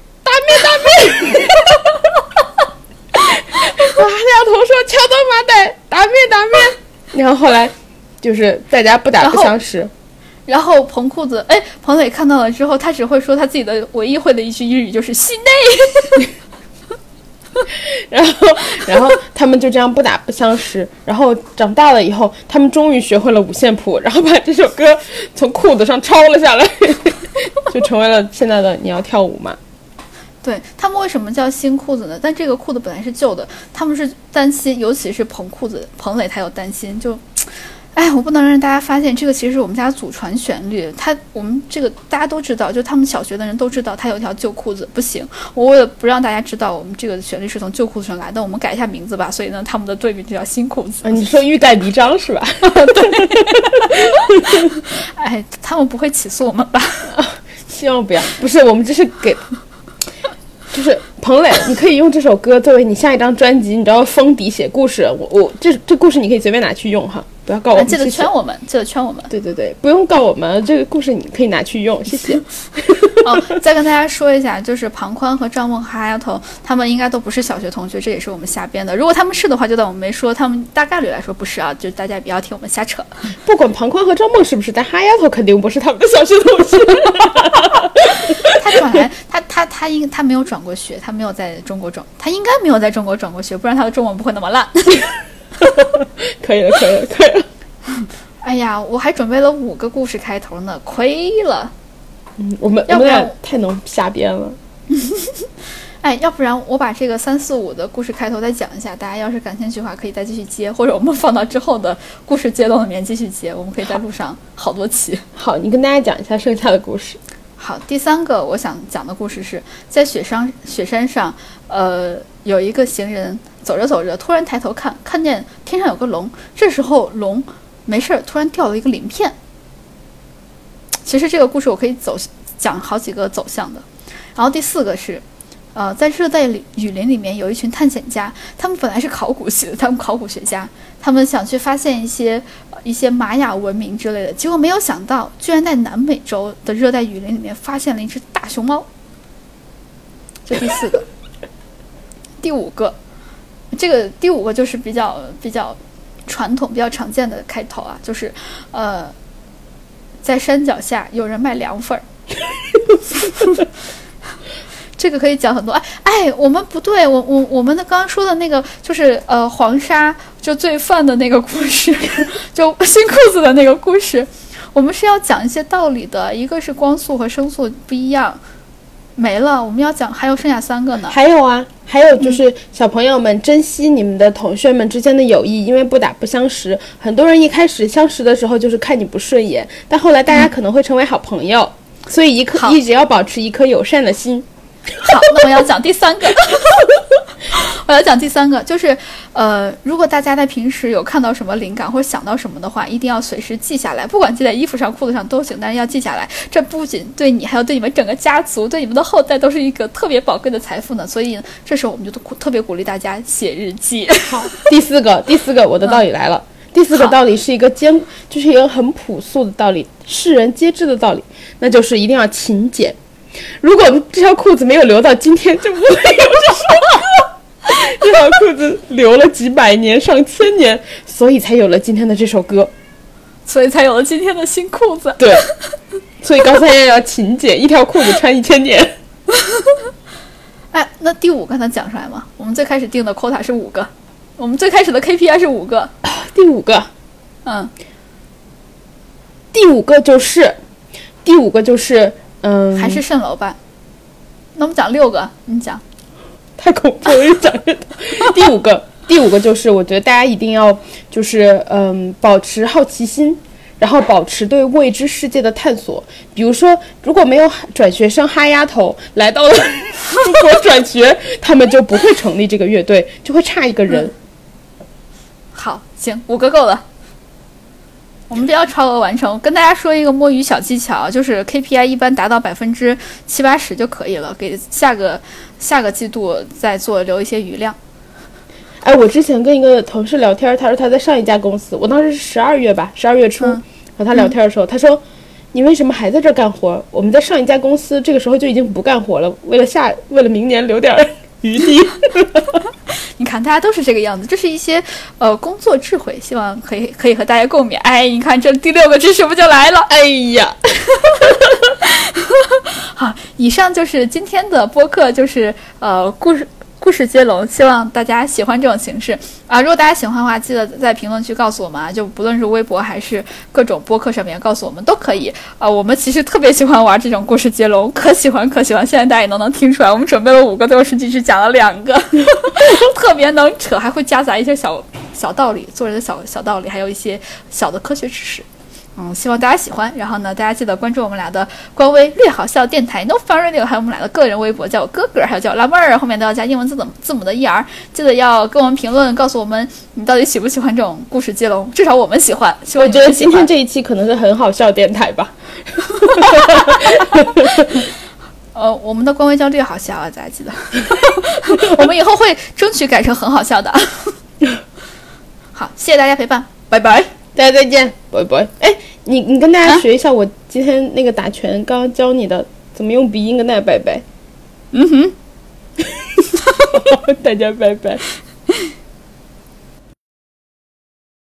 哈丫头说敲刀麻袋，打面。然后后来就是大家不打不相识。 然后彭磊看到了之后，他只会说他自己的唯一会的一句日语就是西内。 然后他们就这样不打不相识。然后长大了以后，他们终于学会了五线谱，然后把这首歌从裤子上抄了下来，就成为了现在的你要跳舞嘛。 对，他们为什么叫新裤子呢？但这个裤子本来是旧的，他们是担心，尤其是彭磊他有担心，就我不能让大家发现这个其实是我们家祖传旋律。我们这个大家都知道，就他们小学的人都知道，他有一条旧裤子，不行，我为了不让大家知道我们这个旋律是从旧裤子上来的，我们改一下名字吧。所以呢，他们的队名就叫新裤子。 你说欲盖弥彰是吧？ 对。他们不会起诉我们吧？ 希望不要。不是，我们这是就是彭磊，你可以用这首歌作为你下一张专辑，你知道封底写故事。这故事你可以随便拿去用哈，不要告我们。 记得圈我们。 对，不用告我们，这个故事你可以拿去用，谢谢。 再跟大家说一下，就是庞宽和赵梦和哈丫头，他们应该都不是小学同学，这也是我们瞎编的。如果他们是的话，就当我们没说；他们大概率来说不是啊，就大家不要听我们瞎扯。 不管庞宽和赵梦是不是，但哈丫头肯定不是他们的小学同学。 他没有转过学，他没有在中国他应该没有在中国转过学，不然他的中文不会那么烂。 可以了。 哎呀，我还准备了5个故事开头呢，亏了。 我们俩太能瞎编了。 哎，要不然我把这个3、4、5的故事开头再讲一下，大家要是感兴趣的话，可以再继续接，或者我们放到之后的故事接龙里面继续接，我们可以在路上好多期。 好，你跟大家讲一下剩下的故事。 好，第3个我想讲的故事是在雪山上，有一个行人走着走着，突然抬头看见天上有个龙，这时候龙没事突然掉了一个鳞片。其实这个故事我可以讲好几个走向的。然后第4个是，在热带雨林里面有一群探险家，他们本来是考古系的，他们考古学家，他们想去发现一些玛雅文明之类的，结果没有想到，居然在南美洲的热带雨林里面发现了一只大熊猫。这第4个。第5个，这个第5个就是比较传统、比较常见的开头啊，就是在山脚下有人卖凉粉儿。这个可以讲很多。我们不对，我们的刚刚说的那个就是黄沙就罪犯的那个故事，就新裤子的那个故事，我们是要讲一些道理的，一个是光速和声速不一样。没了，我们要讲还有剩下3个呢。 还有就是小朋友们珍惜你们的同学们之间的友谊，因为不打不相识。很多人一开始相识的时候就是看你不顺眼，但后来大家可能会成为好朋友，所以一直要保持一颗友善的心。 好，那我要讲第3个。我要讲第3个，就是如果大家在平时有看到什么灵感或者想到什么的话，一定要随时记下来，不管记在衣服上、裤子上都行，但是要记下来。这不仅对你，还有对你们整个家族、对你们的后代都是一个特别宝贵的财富呢。所以这时候我们就特别鼓励大家写日记。 好，第四个，我的道理来了。第4个道理是就是一个很朴素的道理，世人皆知的道理，那就是一定要勤俭。如果这条裤子没有留到今天，就不会有这首歌。这条裤子留了几百年、上千年，所以才有了今天的这首歌， 所以才有了今天的新裤子。 对，所以高三要勤俭，一条裤子穿1000年。 那第5个能讲出来吗？我们最开始定的 quota 是5个，我们最开始的 KPI 是5个。 第5个，第五个就是还是蜃楼吧。那我们讲6个，你讲。 太恐怖了，越讲越多。第五个就是我觉得大家一定要就是保持好奇心，然后保持对未知世界的探索。比如说，如果没有转学生哈丫头来到了中国转学，他们就不会成立这个乐队，就会差一个人。 好，行，5个够了。我们不要超额完成，跟大家说一个摸鱼小技巧，就是 KPI 一般达到70%-80%就可以了，给下个季度再留一些余量。 我之前跟一个同事聊天，他说他在上一家公司，我当时是12月初和他聊天的时候，他说你为什么还在这儿干活？我们在上一家公司这个时候就已经不干活了，为了明年留点余地。 你看大家都是这个样子，这是一些工作智慧，希望可以和大家共勉。你看这第6个知识不就来了？ 哎呀。 好，以上就是今天的播客，就是故事接龙，希望大家喜欢这种形式啊！如果大家喜欢的话，记得在评论区告诉我们啊，就不论是微博还是各种播客上面告诉我们都可以啊。我们其实特别喜欢玩这种故事接龙，可喜欢。现在大家也能听出来，我们准备了5个多小时，只讲了2个，特别能扯，还会夹杂一些小道理，做人的小道理，还有一些小的科学知识。希望大家喜欢。然后呢，大家记得关注我们俩的官微略好笑电台 No Fun Radio， 还有我们俩的个人微博，叫我哥哥，还有叫我辣妹儿，后面都要加英文字母的 ER。记得要跟我们评论，告诉我们你到底喜不喜欢这种故事接龙，至少我们喜欢。 我觉得今天这一期可能是很好笑电台吧。 我们的官微叫略好笑啊，大家记得。我们以后会争取改成很好笑的。好，谢谢大家陪伴，拜拜。 大家再见，拜拜。你跟大家学一下我今天那个打拳刚刚教你的怎么用鼻音跟大家拜拜。 嗯哼。 大家拜拜。